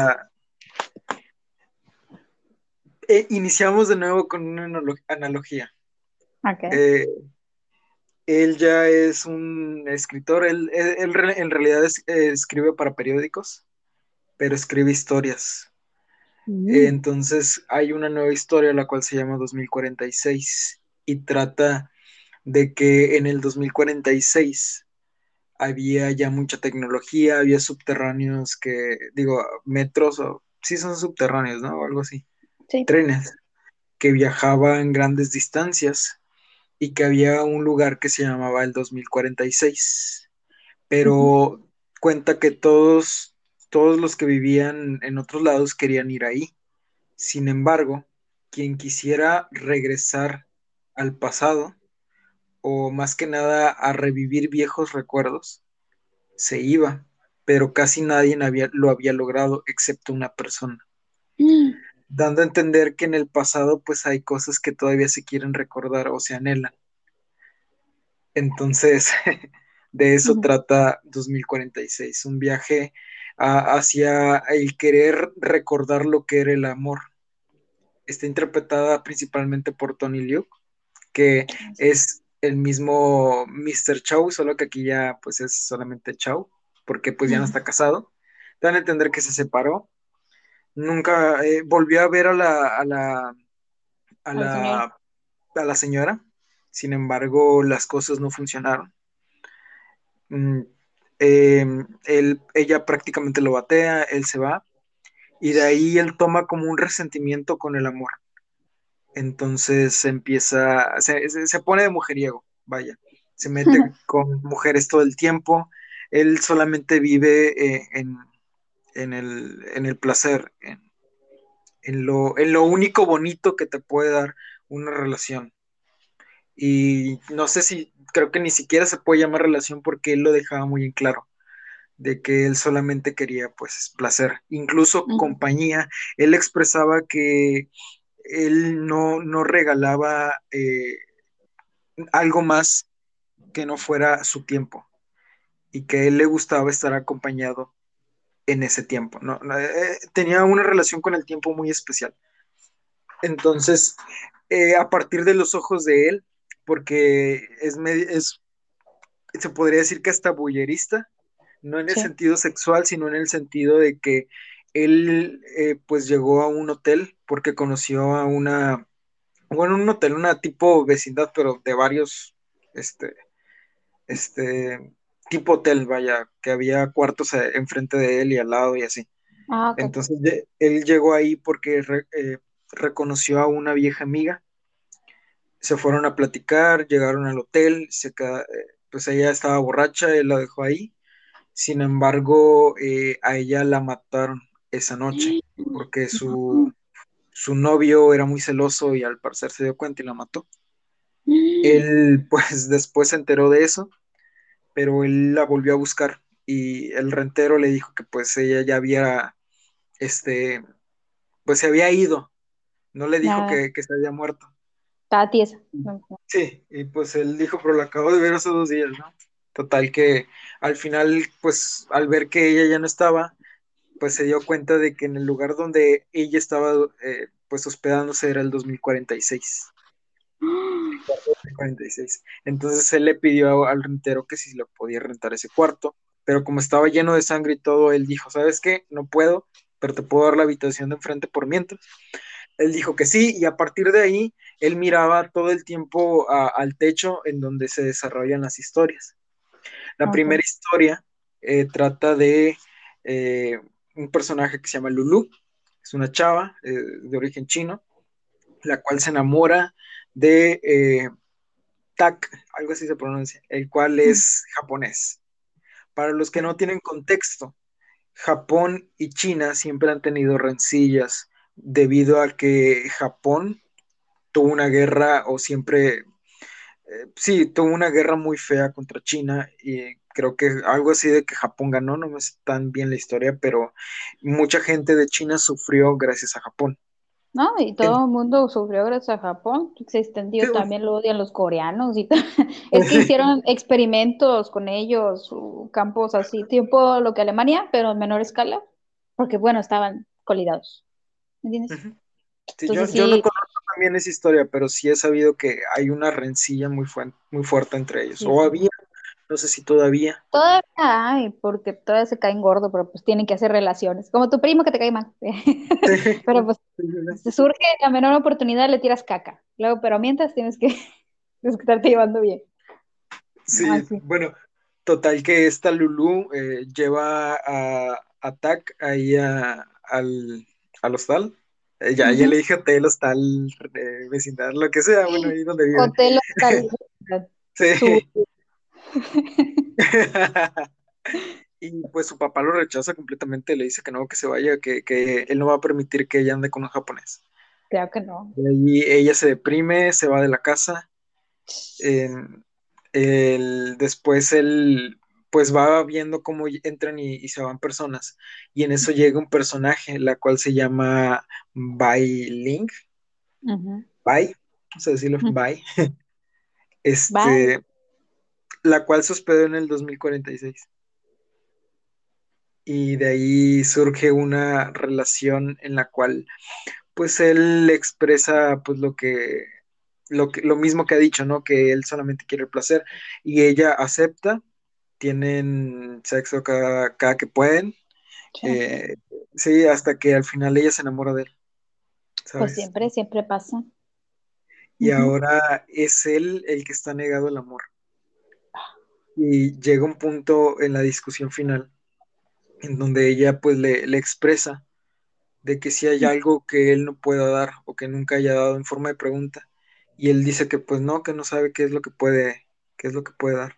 iniciamos de nuevo con una analogía. Okay. Eh, Él ya es un escritor, en realidad escribe para periódicos, pero escribe historias. Mm. Entonces hay una nueva historia, la cual se llama 2046 y trata de que en el 2046 había ya mucha tecnología, había subterráneos digo, metros, o sí son subterráneos, ¿no? O algo así, Sí. trenes que viajaban grandes distancias y que había un lugar que se llamaba el 2046, Ujú. pero cuenta que todos los que vivían en otros lados querían ir ahí. Sin embargo, quien quisiera regresar al pasado, o más que nada a revivir viejos recuerdos, se iba, pero casi nadie lo había logrado excepto una persona, Mm. dando a entender que en el pasado pues hay cosas que todavía se quieren recordar o se anhelan. Entonces, de eso Ujú. trata 2046, un viaje hacia el querer recordar lo que era el amor. Está interpretada principalmente por Tony Liu, que es el mismo Mr. Chow, solo que aquí ya pues es solamente Chow, porque pues ya no Ujú. está casado. Dan a entender que se separó. Nunca volvió a ver a A la señora. la, a la señora. Sin embargo, las cosas no funcionaron. Mm, ella prácticamente lo batea, él se va, y de ahí él toma como un resentimiento con el amor. Entonces se pone de mujeriego, vaya, se mete con mujeres todo el tiempo, él solamente vive en el placer, en lo único bonito que te puede dar una relación. Y no sé si, creo que ni siquiera se puede llamar relación porque él lo dejaba muy en claro de que él solamente quería pues placer, incluso Ujú. compañía. Él expresaba que él no regalaba algo más que no fuera su tiempo y que a él le gustaba estar acompañado en ese tiempo, ¿no? Tenía una relación con el tiempo muy especial. Entonces, a partir de los ojos de él, porque se podría decir que hasta bullerista, no en el Sí. sentido sexual, sino en el sentido de que él pues llegó a un hotel porque conoció a bueno, un hotel, una tipo vecindad, pero de varios, este, este, tipo hotel, vaya, que había cuartos enfrente de él y al lado y así. Ah, ok. Entonces él llegó ahí porque reconoció a una vieja amiga, se fueron a platicar, llegaron al hotel, pues ella estaba borracha, él la dejó ahí. Sin embargo, a ella la mataron esa noche porque su novio era muy celoso y al parecer se dio cuenta y la mató. Él pues después se enteró de eso, pero él la volvió a buscar y el rentero le dijo que pues ella ya había, este, pues se había ido, no le dijo Nada, que se había muerto. estaba tiesa. Sí, y pues él dijo, pero la acabo de ver hace 2 días, ¿no? Total que al final, pues al ver que ella ya no estaba, pues se dio cuenta de que en el lugar donde ella estaba pues hospedándose era el 2046. 46. Entonces él le pidió al rentero que si le podía rentar ese cuarto, pero como estaba lleno de sangre y todo, él dijo, ¿sabes qué? No puedo, pero te puedo dar la habitación de enfrente por mientras. Él dijo que sí, y a partir de ahí, él miraba todo el tiempo al techo en donde se desarrollan las historias. La Ok. primera historia trata de un personaje que se llama Lulu, es una chava de origen chino, la cual se enamora de Tak, algo así se pronuncia, el cual es japonés. Para los que no tienen contexto, Japón y China siempre han tenido rencillas debido a que Japón tuvo una guerra o siempre, sí, tuvo una guerra muy fea contra China y creo que algo así de que Japón ganó, no me sé tan bien la historia, pero mucha gente de China sufrió gracias a Japón. No, y En- todo el mundo sufrió gracias a Japón. Se sí, extendió, también lo odian los coreanos y tal. Es que hicieron experimentos con ellos, campos así, tipo lo que Alemania, pero en menor escala, porque bueno, estaban colidados. ¿Me entiendes? ujú. Sí, Entonces yo no sí, conozco también esa historia, pero sí he sabido que hay una rencilla muy fuerte entre ellos. sí, O sí. había, no sé si todavía. Todavía hay, porque todavía se caen gordo, pero pues tienen que hacer relaciones. Como tu primo que te cae mal. Sí, Pero pues sí, sí, si surge la menor oportunidad, le tiras caca. Luego, pero mientras tienes que, tienes que estarte llevando bien. sí, Así. bueno, total que esta Lulu lleva a Tak ahí al hostal. Ya Ujú. le dije hotel, hostal, vecindad, lo que sea, bueno, ahí donde vive. Hotel hostal. Su... Sí. Y pues su papá lo rechaza completamente, le dice que no, que se vaya, que él no va a permitir que ella ande con un japonés. Creo que no. Y ahí ella se deprime, se va de la casa. Después él pues va viendo cómo entran y se van personas. Y en eso llega un personaje, la cual se llama Bai Ling, Ujú. Bai, vamos a decirlo, Ujú. Bai, Bye. este, la cual se hospedó en el 2046. Y de ahí surge una relación en la cual pues él expresa pues lo mismo que ha dicho, ¿no? Que él solamente quiere el placer y ella acepta, tienen sexo cada que pueden, Sí. eh, sí, hasta que al final ella se enamora de él, Pues ¿sabes? siempre, siempre pasa. Y Ujú. ahora es él el que está negado al amor. Y llega un punto en la discusión final en donde ella pues le expresa de que si hay algo que él no pueda dar o que nunca haya dado en forma de pregunta. Y él dice que pues no, que no sabe qué es lo que puede dar.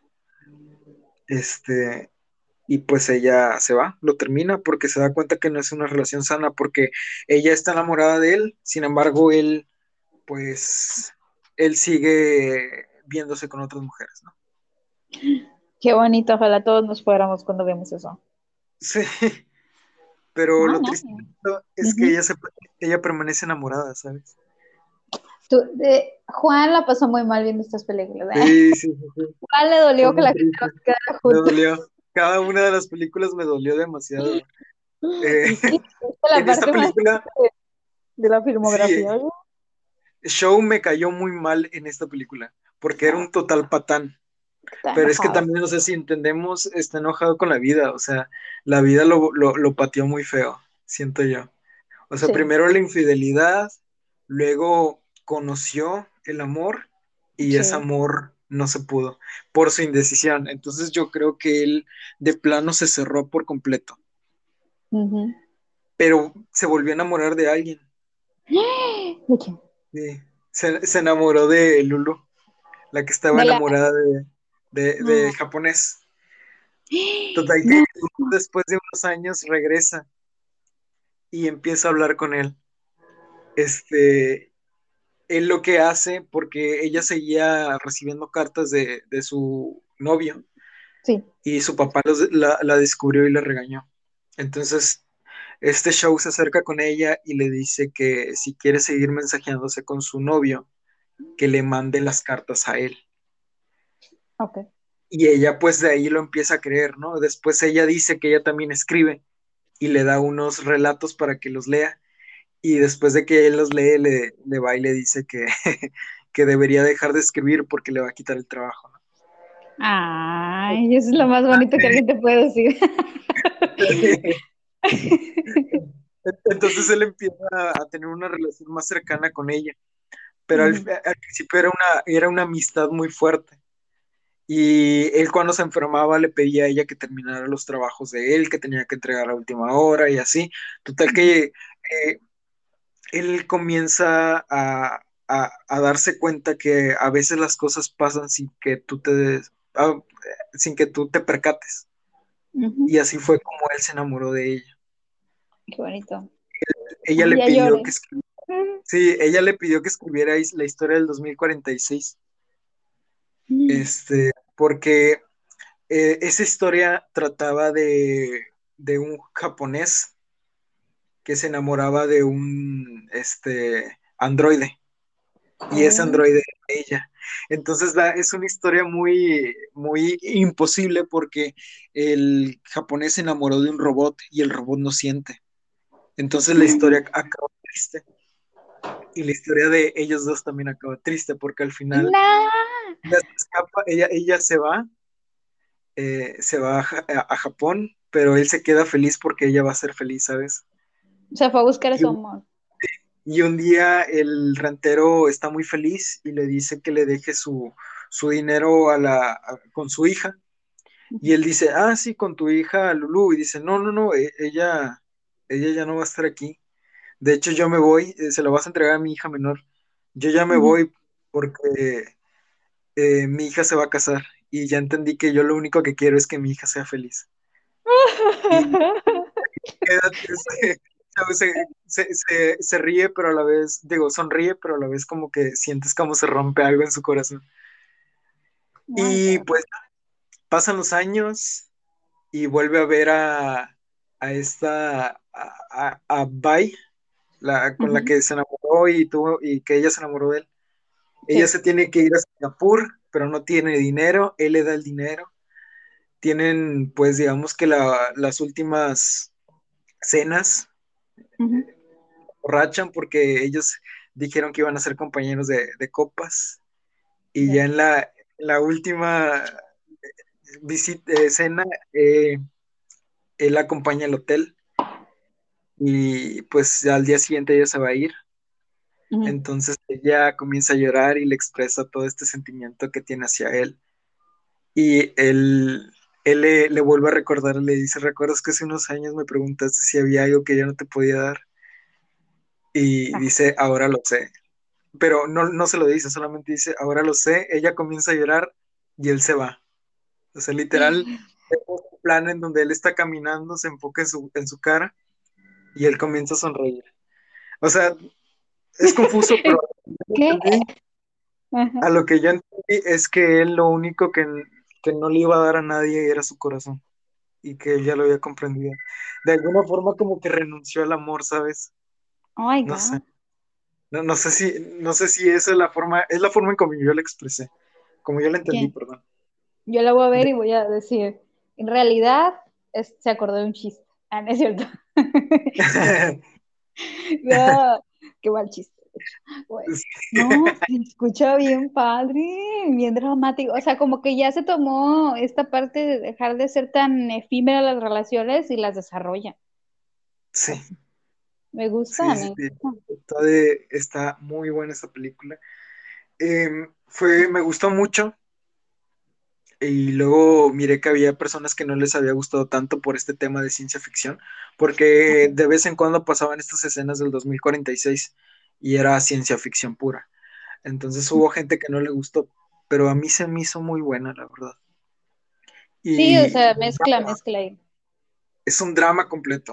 Este, y pues ella se va, lo termina porque se da cuenta que no es una relación sana, porque ella está enamorada de él, sin embargo, pues, él sigue viéndose con otras mujeres, ¿no? Qué bonito, ojalá todos nos fuéramos cuando vemos eso. Sí, pero No, lo no. triste de esto es que Ujú. ella permanece enamorada, ¿sabes? Juan la pasó muy mal viendo estas películas, ¿eh? Sí, sí, sí, sí. Juan le Fue dolió que muy la gente triste. no se quedara Me juntos. dolió. Cada una de las películas me dolió demasiado. Eh, Y sí, esta es la en esta parte más película, triste de la sí, filmografía. Oye, Show me cayó muy mal en esta película, porque era un total patán. está Pero es que enojado. también, no sé si entendemos, está enojado con la vida, o sea, la vida lo pateó muy feo, siento yo. O sea, Sí, primero la infidelidad, luego conoció el amor y ese sí. amor no se pudo por su indecisión. Entonces yo creo que él de plano se cerró por completo, Ujú. pero se volvió a enamorar de alguien. ¿De quién? Sí. Se enamoró de Lulu, la que estaba De la... enamorada No. del japonés. Total que No. después de unos años regresa y empieza a hablar con él. Este, él lo que hace, porque ella seguía recibiendo cartas de su novio Sí. y su papá la descubrió y la regañó. Entonces, este show se acerca con ella y le dice que si quiere seguir mensajeándose con su novio, que le mande las cartas a él. Ok. Y ella pues de ahí lo empieza a creer, ¿no? Después ella dice que ella también escribe y le da unos relatos para que los lea. Y después de que él los lee, le va y le dice que, que debería dejar de escribir porque le va a quitar el trabajo, ¿no? Ay, eso es lo más bonito que alguien te puede decir. Entonces él empieza a tener una relación más cercana con ella, pero Ujú, al principio era una amistad muy fuerte. Y él cuando se enfermaba le pedía a ella que terminara los trabajos de él, que tenía que entregar a última hora y así. Total ujú. que él comienza a darse cuenta que a veces las cosas pasan sin que tú te percates. Ujú. Y así fue como él se enamoró de ella. Qué bonito. Ella Ay, le ya pidió lloré. que sí, ella le pidió que escribiera la historia del 2046, porque esa historia trataba de un japonés que se enamoraba de un androide y ese Oh, androide era ella. Entonces es una historia muy, muy imposible porque el japonés se enamoró de un robot y el robot no siente. Entonces la historia acaba triste y la historia de ellos dos también acaba triste porque al final no. ella se escapa, ella se va a Japón, pero él se queda feliz porque ella va a ser feliz, ¿sabes? O sea, fue a buscar a Y su amor. Y un día el rentero está muy feliz y le dice que le deje su dinero con su hija. Y Ujú, él dice, ah, sí, con tu hija Lulu. Y dice, no, no, no, ella ya no va a estar aquí. De hecho, yo me voy, se lo vas a entregar a mi hija menor. Yo ya me ujú. voy porque mi hija se va a casar. Y ya entendí que yo lo único que quiero es que mi hija sea feliz. Y quédate, se ríe, pero a la vez, digo, sonríe, pero a la vez como que sientes como se rompe algo en su corazón. My Y God. pues pasan los años y vuelve a ver a a Bai, con la Ujú, que se enamoró y que ella se enamoró de él. Ella sí. se tiene que ir a Singapur, pero no tiene dinero, él le da el dinero. Tienen, pues, digamos que las últimas cenas Ujú, borrachan porque ellos dijeron que iban a ser compañeros de copas y ya ya. en la última cena él acompaña al hotel y pues al día siguiente ella se va a ir, Ujú. entonces ella comienza a llorar y le expresa todo este sentimiento que tiene hacia él y él le vuelve a recordar, le dice, ¿recuerdas que hace unos años me preguntaste si había algo que yo no te podía dar? Y Ah. dice, ahora lo sé. Pero no se lo dice, solamente dice, ahora lo sé, ella comienza a llorar y él se va. O sea, literal, es un plan en donde él está caminando, se enfoca en su cara y él comienza a sonreír. O sea, es confuso, pero ¿Qué? entendí- Ajá. a lo que yo entendí es que él lo único que no le iba a dar a nadie era su corazón y que él ya lo había comprendido. De alguna forma como que renunció al amor, ¿sabes? Oh my No sé. God. No sé si esa es la forma en como yo la expresé, como yo la entendí, ¿Qué? perdón. Yo la voy a ver y voy a decir, en realidad se acordó de un chiste. Ah, no es cierto. No, qué mal chiste, de hecho. Bueno, no, se escucha bien padre, bien dramático. O sea, como que ya se tomó esta parte de dejar de ser tan efímera las relaciones y las desarrolla. Sí, Me gusta, sí, sí, me sí. gusta. Está muy buena esta película. Me gustó mucho y luego miré que había personas que no les había gustado tanto por este tema de ciencia ficción, porque de vez en cuando pasaban estas escenas del 2046 y era ciencia ficción pura. Entonces hubo gente que no le gustó, pero a mí se me hizo muy buena, la verdad. Sí, o Y sea, mezcla, mezcla ahí. es un drama completo.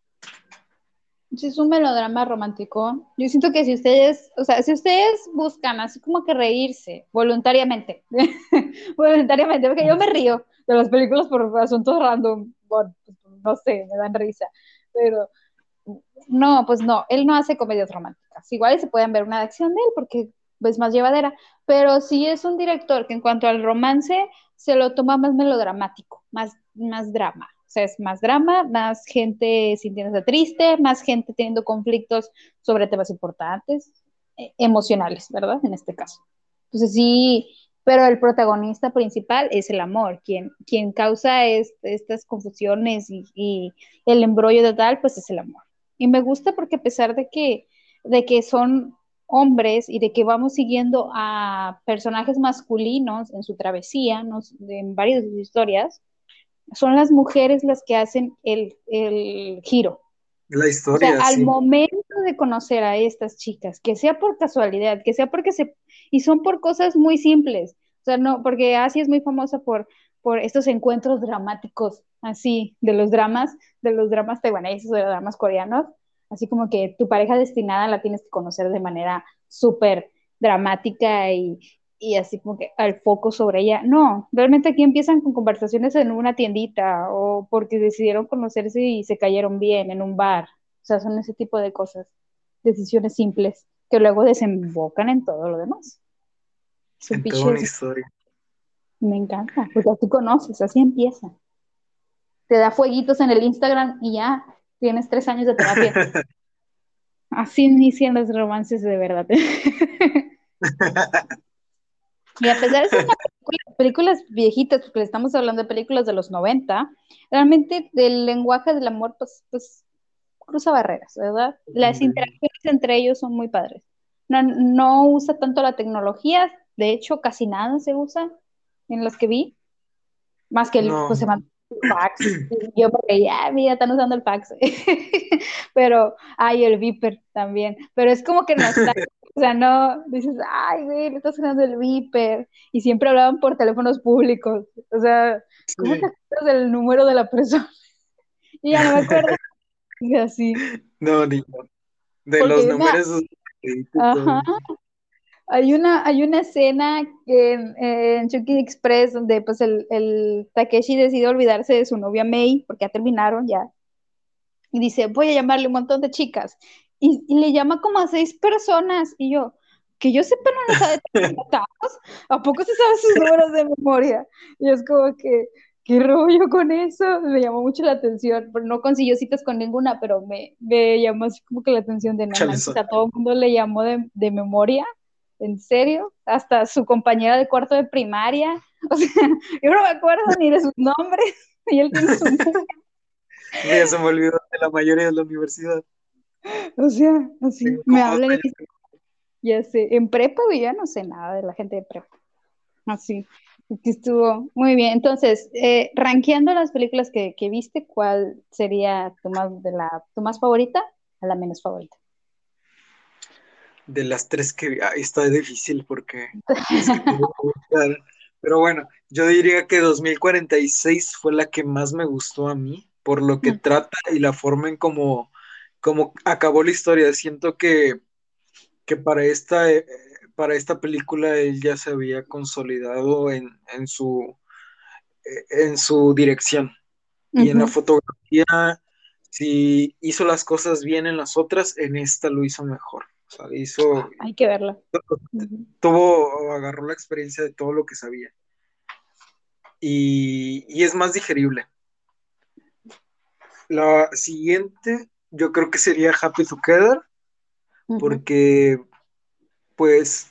Sí, es un melodrama romántico. Yo siento que si ustedes, o sea, si ustedes buscan así como que reírse voluntariamente, voluntariamente, porque yo me río de las películas por asuntos random, no sé, me dan risa, pero no, pues no, él no hace comedias románticas. Igual se pueden ver una de acción de él porque es más llevadera, pero sí es un director que en cuanto al romance se lo toma más melodramático, más drama. O sea, es más drama, más gente sintiéndose triste, más gente teniendo conflictos sobre temas importantes, emocionales, ¿verdad? En este caso. Entonces sí, pero el protagonista principal es el amor, quien causa estas confusiones y el embrollo de tal, pues es el amor. Y me gusta porque a pesar de que son hombres y de que vamos siguiendo a personajes masculinos en su travesía, en varias de sus historias, son las mujeres las que hacen el giro. La O sea, historia, al sí. momento de conocer a estas chicas, que sea por casualidad, que sea porque y son por cosas muy simples, o sea, no, porque Asia es muy famosa por estos encuentros dramáticos, así, de los dramas taiwaneses o de los dramas coreanos, así como que tu pareja destinada la tienes que conocer de manera súper dramática y así como que al foco sobre ella. No, realmente aquí empiezan con conversaciones en una tiendita o porque decidieron conocerse y se cayeron bien en un bar. O sea, son ese tipo de cosas, decisiones simples que luego desembocan en todo lo demás. Son En toda una piches, historia. me encanta, porque así conoces, así empieza. Te da fueguitos en el Instagram y ya tienes 3 años de terapia. Así inician los romances de verdad. Y a pesar de ser una películas viejitas, porque estamos hablando de películas de los 90, realmente el lenguaje del amor, pues cruza barreras, ¿verdad? Las interacciones entre ellos son muy padres. No, no usa tanto la tecnología, de hecho, casi nada se usa en las que vi, más que pues se No, manda el fax. Y yo porque ya, mira, están usando el fax. Pero, ay, el Viper también. Pero es como que nostálgico. O sea, no, dices, ay, güey, le estás usando el Viper. Y siempre hablaban por teléfonos públicos. O sea, ¿cómo te sí. acuerdas del número de la persona? Y ya no me acuerdo. Y así. No, ni no. De Porque los hay una, números y ajá, todo. hay una escena en Chucky Express donde pues el Takeshi decide olvidarse de su novia Mei, porque ya terminaron ya, y dice, voy a llamarle un montón de chicas, y le llama como a 6 personas, y yo, que yo sepa no le sabe tantos, ¿a poco se sabe sus números de memoria? Y es como que, ¿qué rollo con eso? Me llamó mucho la atención, pero no consiguió citas con ninguna, pero me llamó así como que la atención de no manches, Chalezo. a todo el mundo le llamó de memoria, ¿en serio? Hasta su compañera de cuarto de primaria, o sea, yo no me acuerdo ni de sus nombres, y él tiene su número. Mira, se me olvidó de la mayoría de la universidad. O sea, así, Tengo me como dos hablan y años. ya sé, en prepa güey, ya no sé nada de la gente de prepa. Así, que estuvo muy bien. Entonces, rankeando las películas que viste, ¿cuál sería tu más favorita a la menos favorita? De las tres que vi. Ay, está difícil porque es que tengo que buscar. Pero bueno, yo diría que 2046 fue la que más me gustó a mí, por lo que Mm, trata y la forma en cómo acabó la historia. Siento que para esta película él ya se había consolidado en su dirección y en la ujú. fotografía. Si hizo las cosas bien en las otras, en esta lo hizo mejor. O sea, Hay que verla. Ujú. agarró la experiencia de todo lo que sabía. Y es más digerible. La siguiente, yo creo que sería Happy Together, Ujú. porque, pues,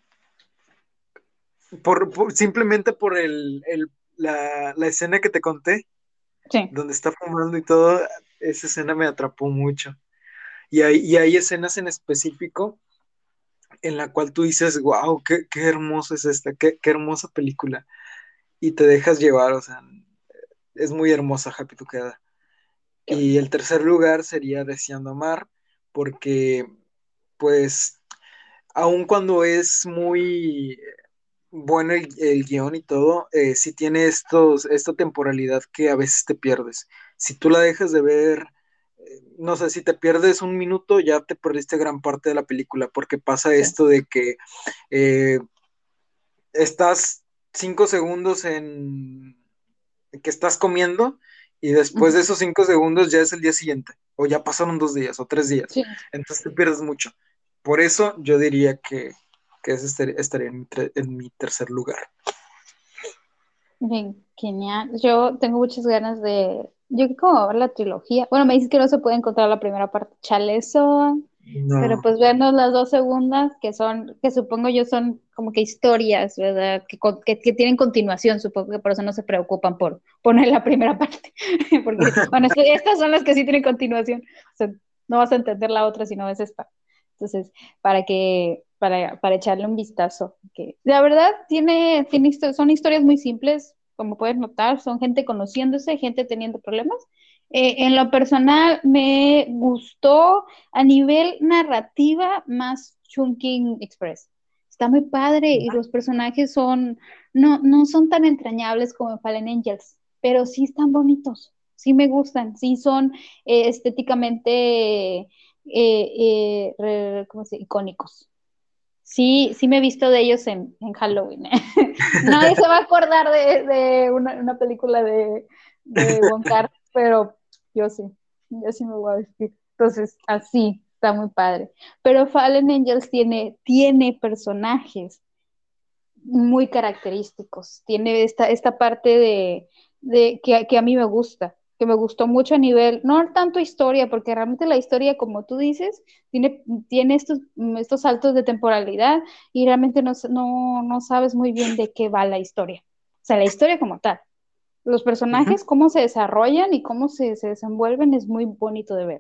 simplemente por la escena que te conté, Sí. donde está fumando y todo, esa escena me atrapó mucho. Y hay escenas en específico en la cual tú dices, wow, qué hermoso es esta, qué hermosa película. Y te dejas llevar, o sea, es muy hermosa Happy Together. Qué Y bonito. el tercer lugar sería Deseando Amar, porque pues aun cuando es muy bueno el guión y todo, sí tiene esta temporalidad que a veces te pierdes. Si tú la dejas de ver, no sé, si te pierdes un minuto, ya te perdiste gran parte de la película, porque pasa Sí. esto de que eh, estás 5 segundos en que estás comiendo y después Ujú. de esos 5 segundos ya es el día siguiente, o ya pasaron 2 días o 3 días, Sí. entonces te pierdes mucho. Por eso yo diría que ese estaría en mi tercer lugar. Bien, genial. Yo tengo muchas ganas de. Yo creo que como ver la trilogía. Bueno, me dices que no se puede encontrar la primera parte. Chale eso. Pero No. pues vernos las dos segundas, que son, que supongo yo son como que historias, ¿verdad? Que tienen continuación, supongo que por eso no se preocupan por poner la primera parte. Porque, bueno, estas son las que sí tienen continuación. O sea, no vas a entender la otra si no ves esta. Entonces, para echarle un vistazo. Que la verdad son historias muy simples, como puedes notar, son gente conociéndose, gente teniendo problemas. En lo personal me gustó a nivel narrativa más Chungking Express. Está muy padre y los personajes no son tan entrañables como en Fallen Angels, pero sí están bonitos, sí me gustan, sí son estéticamente ¿cómo se dice? Icónicos. Sí, sí me he visto de ellos en Halloween. Nadie se va a acordar de una película de Wong Kar, pero yo sí, yo sí me voy a vestir. Entonces, así, está muy padre. Pero Fallen Angels tiene personajes muy característicos. Tiene esta parte que a mí me gusta, que me gustó mucho a nivel, no tanto historia, porque realmente la historia, como tú dices, tiene estos saltos de temporalidad y realmente no sabes muy bien de qué va la historia. O sea, la historia como tal. Los Ujú. personajes, cómo se desarrollan y cómo se desenvuelven es muy bonito de ver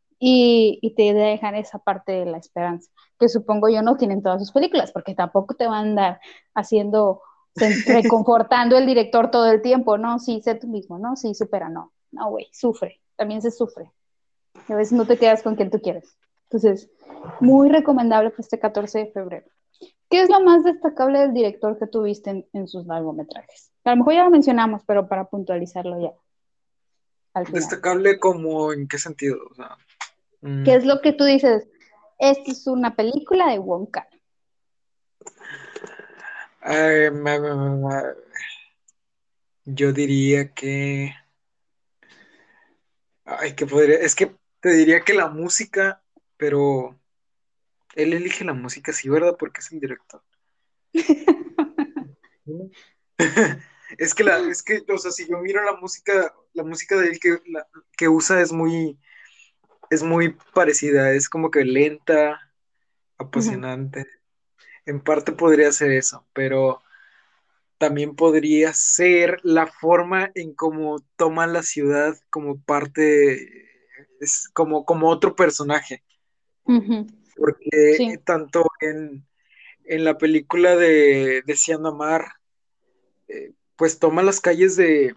y te dejan esa parte de la esperanza, que supongo yo no tienen todas sus películas, porque tampoco te van a andar haciendo, reconfortando el director todo el tiempo, no, sí, sé tú mismo, no, sí, supera, no, güey, sufre, también se sufre, a veces no te quedas con quien tú quieres. Entonces, muy recomendable para este 14 de febrero. ¿Qué es lo más destacable del director que tuviste en sus largometrajes? A lo mejor ya lo mencionamos, pero para puntualizarlo ya al final. Destacable como en qué sentido, o sea, ¿Qué mm, es lo que tú dices? Esta es una película de Wonka. yo diría que, ay, que podría, es que te diría que la música, pero él elige la música, sí, ¿verdad? Porque es el director. ¿No? O sea, si yo miro la música de él que usa es muy parecida, es como que lenta, Ujú. apasionante. En parte podría ser eso, pero también podría ser la forma en cómo toma la ciudad como parte, es como otro personaje, Ujú. porque Sí. tanto en la película de Deseando Amar, pues toma las calles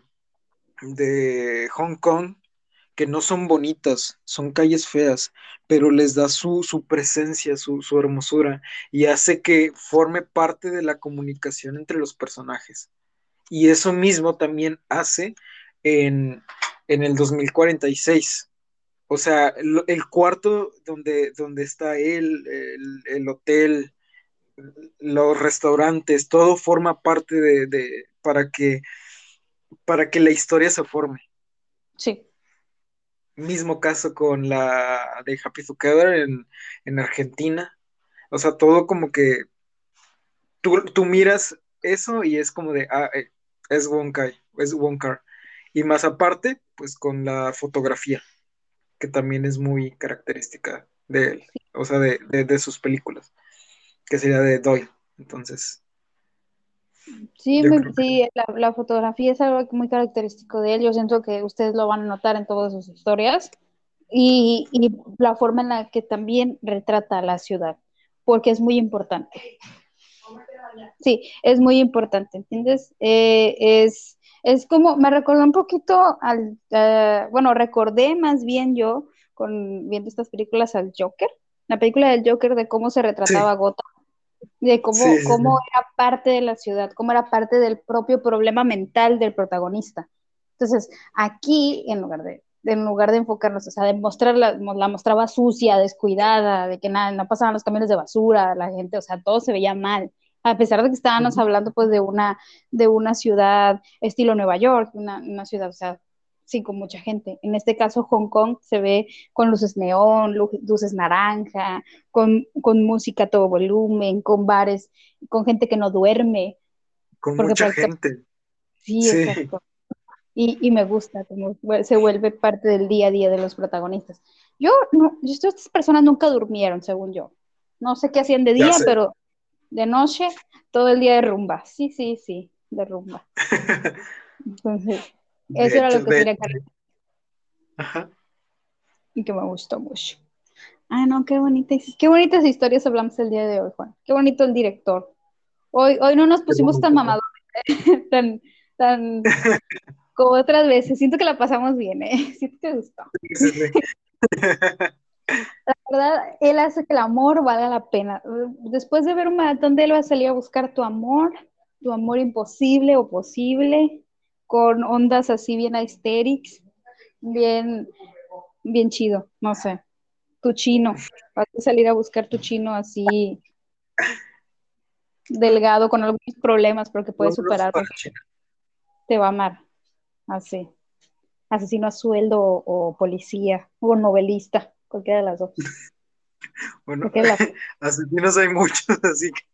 de Hong Kong, que no son bonitas, son calles feas, pero les da su presencia, su hermosura, y hace que forme parte de la comunicación entre los personajes. Y eso mismo también hace en el 2046. O sea, el cuarto donde está él, el hotel, los restaurantes, todo forma parte para que la historia se forme. Sí. Mismo caso con la de Happy Together en Argentina. O sea, todo como que tú miras eso y es como de, es Wonkai, es Wonkar. Y más aparte, pues con la fotografía, que también es muy característica de él, o sea, de sus películas, que sería de Doyle. Entonces, Sí, Yo creo que sí, la fotografía es algo muy característico de él. Yo siento que ustedes lo van a notar en todas sus historias y la forma en la que también retrata a la ciudad, porque es muy importante. Sí, es muy importante, ¿entiendes? Es como, me recordó un poquito bueno, recordé más bien yo viendo estas películas al Joker, la película del Joker de cómo se retrataba sí, Gotham, de sí, sí, cómo sí. era parte de la ciudad, cómo era parte del propio problema mental del protagonista. Entonces, aquí, en lugar de enfocarnos, o sea, de mostrarla, la mostraba sucia, descuidada, de que nada, no pasaban los camiones de basura, la gente, o sea, todo se veía mal. A pesar de que estábamos Ujú. hablando pues de una ciudad estilo Nueva York, una ciudad, o sea, sí, con mucha gente. En este caso, Hong Kong se ve con luces neón, luces naranja, con música a todo volumen, con bares, con gente que no duerme, Con porque mucha prácticamente, gente. sí, Sí, exacto. Y me gusta, como se vuelve parte del día a día de los protagonistas. Estas personas nunca durmieron, según yo. No sé qué hacían de ya día, sé. pero de noche, todo el día de rumba. Sí, sí, sí, de rumba. Entonces, De eso era lo hecho, que quería ajá. y que me gustó mucho. Ah, no, qué bonitas historias hablamos el día de hoy, Juan. Qué bonito el director. Hoy no nos Qué pusimos bueno, tan qué bueno. mamadores, tan, tan como otras veces. Siento que la pasamos bien, ¿eh? Siento que gustó. Sí, sí, sí. La verdad, él hace que el amor valga la pena. Después de ver un maratón de él, vas a salir a buscar tu amor imposible o posible, con ondas así bien aesthetics, bien, bien chido, no sé. Tu chino, vas a salir a buscar tu chino así delgado, con algunos problemas, pero que puede Vámonos superar para porque China. te va a amar. Así. Asesino a sueldo o policía o novelista, cualquiera de las dos. Bueno, Cualquiera de las asesinos hay muchos, así que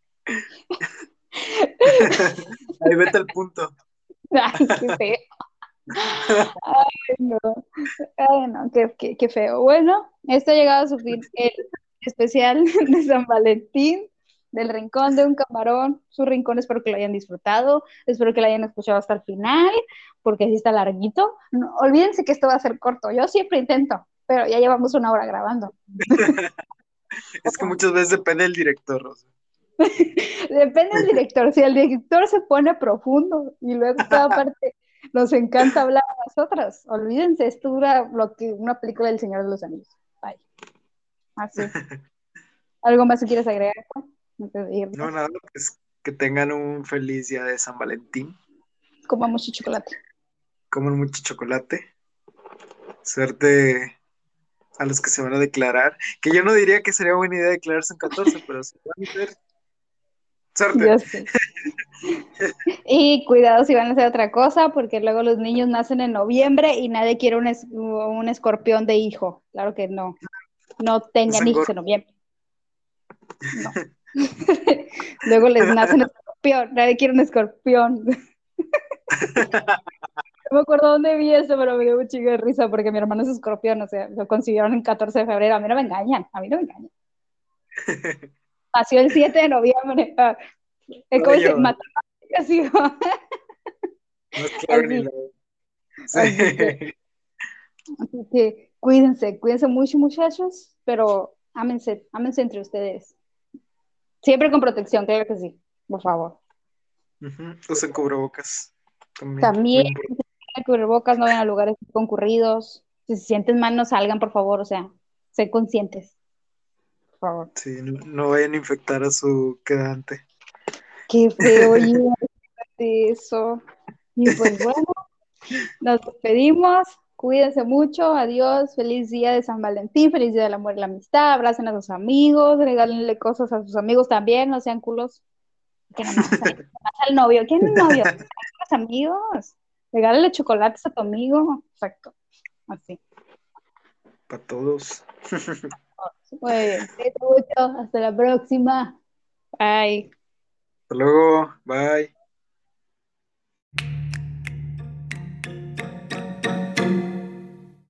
ahí vete al punto. Ay, qué feo. Ay, no. Ay, no, qué feo. Bueno, esto ha llegado a su fin el especial de San Valentín, del Rincón de un Camarón. Su rincón, espero que lo hayan disfrutado, espero que lo hayan escuchado hasta el final, porque así está larguito. No, olvídense que esto va a ser corto, yo siempre intento, pero ya llevamos una hora grabando. Es que muchas veces depende del director. O sea. Depende del director, si el director se pone profundo y luego cada parte nos encanta hablar a nosotras, olvídense, esto dura lo que una película del Señor de los Anillos. Bye. Así. ¿Algo más que quieres agregar, Juan? Antes de No, irnos. nada, pues que tengan un feliz día de San Valentín. Comamos mucho chocolate. Coman mucho chocolate. Suerte a los que se van a declarar. Que yo no diría que sería buena idea declararse en 14, pero si van a hacer, suerte. Ya sé. Y cuidado si van a hacer otra cosa, porque luego los niños nacen en noviembre y nadie quiere un escorpión de hijo. Claro que no. No tengan Usen hijos gorro. en noviembre. No. Luego les nace un escorpión. Nadie quiere un escorpión. No me acuerdo dónde vi eso, pero me dio un chingo de risa porque mi hermano es escorpión, o sea, lo consiguieron el 14 de febrero. A mí no me engañan, a mí no me engañan. Nació el 7 de noviembre. ¿Cómo se Vaya, vaya. matemáticas, hijo? Más claro ni Así, la. Sí. así que cuídense mucho, muchachos, pero ámense entre ustedes. Siempre con protección, claro que sí, por favor. Ujú. Usen cubrebocas. También, También, muy importante. cubrebocas, no vayan a lugares concurridos. Si se sienten mal, no salgan, por favor, o sea, sé conscientes, por favor. Sí, no, no vayan a infectar a su quedante. Qué feo, oye, eso. Y pues bueno, nos despedimos. Cuídense mucho. Adiós. Feliz día de San Valentín. Feliz día del amor y la amistad. Abracen a sus amigos. Regálenle cosas a sus amigos también. No sean culos. Que nomás al novio. ¿Quién es novio? Los amigos. Regálale chocolates a tu amigo. Exacto. Así. Para todos. Muy bien. Cuídense mucho. Hasta la próxima. Bye. Hasta luego.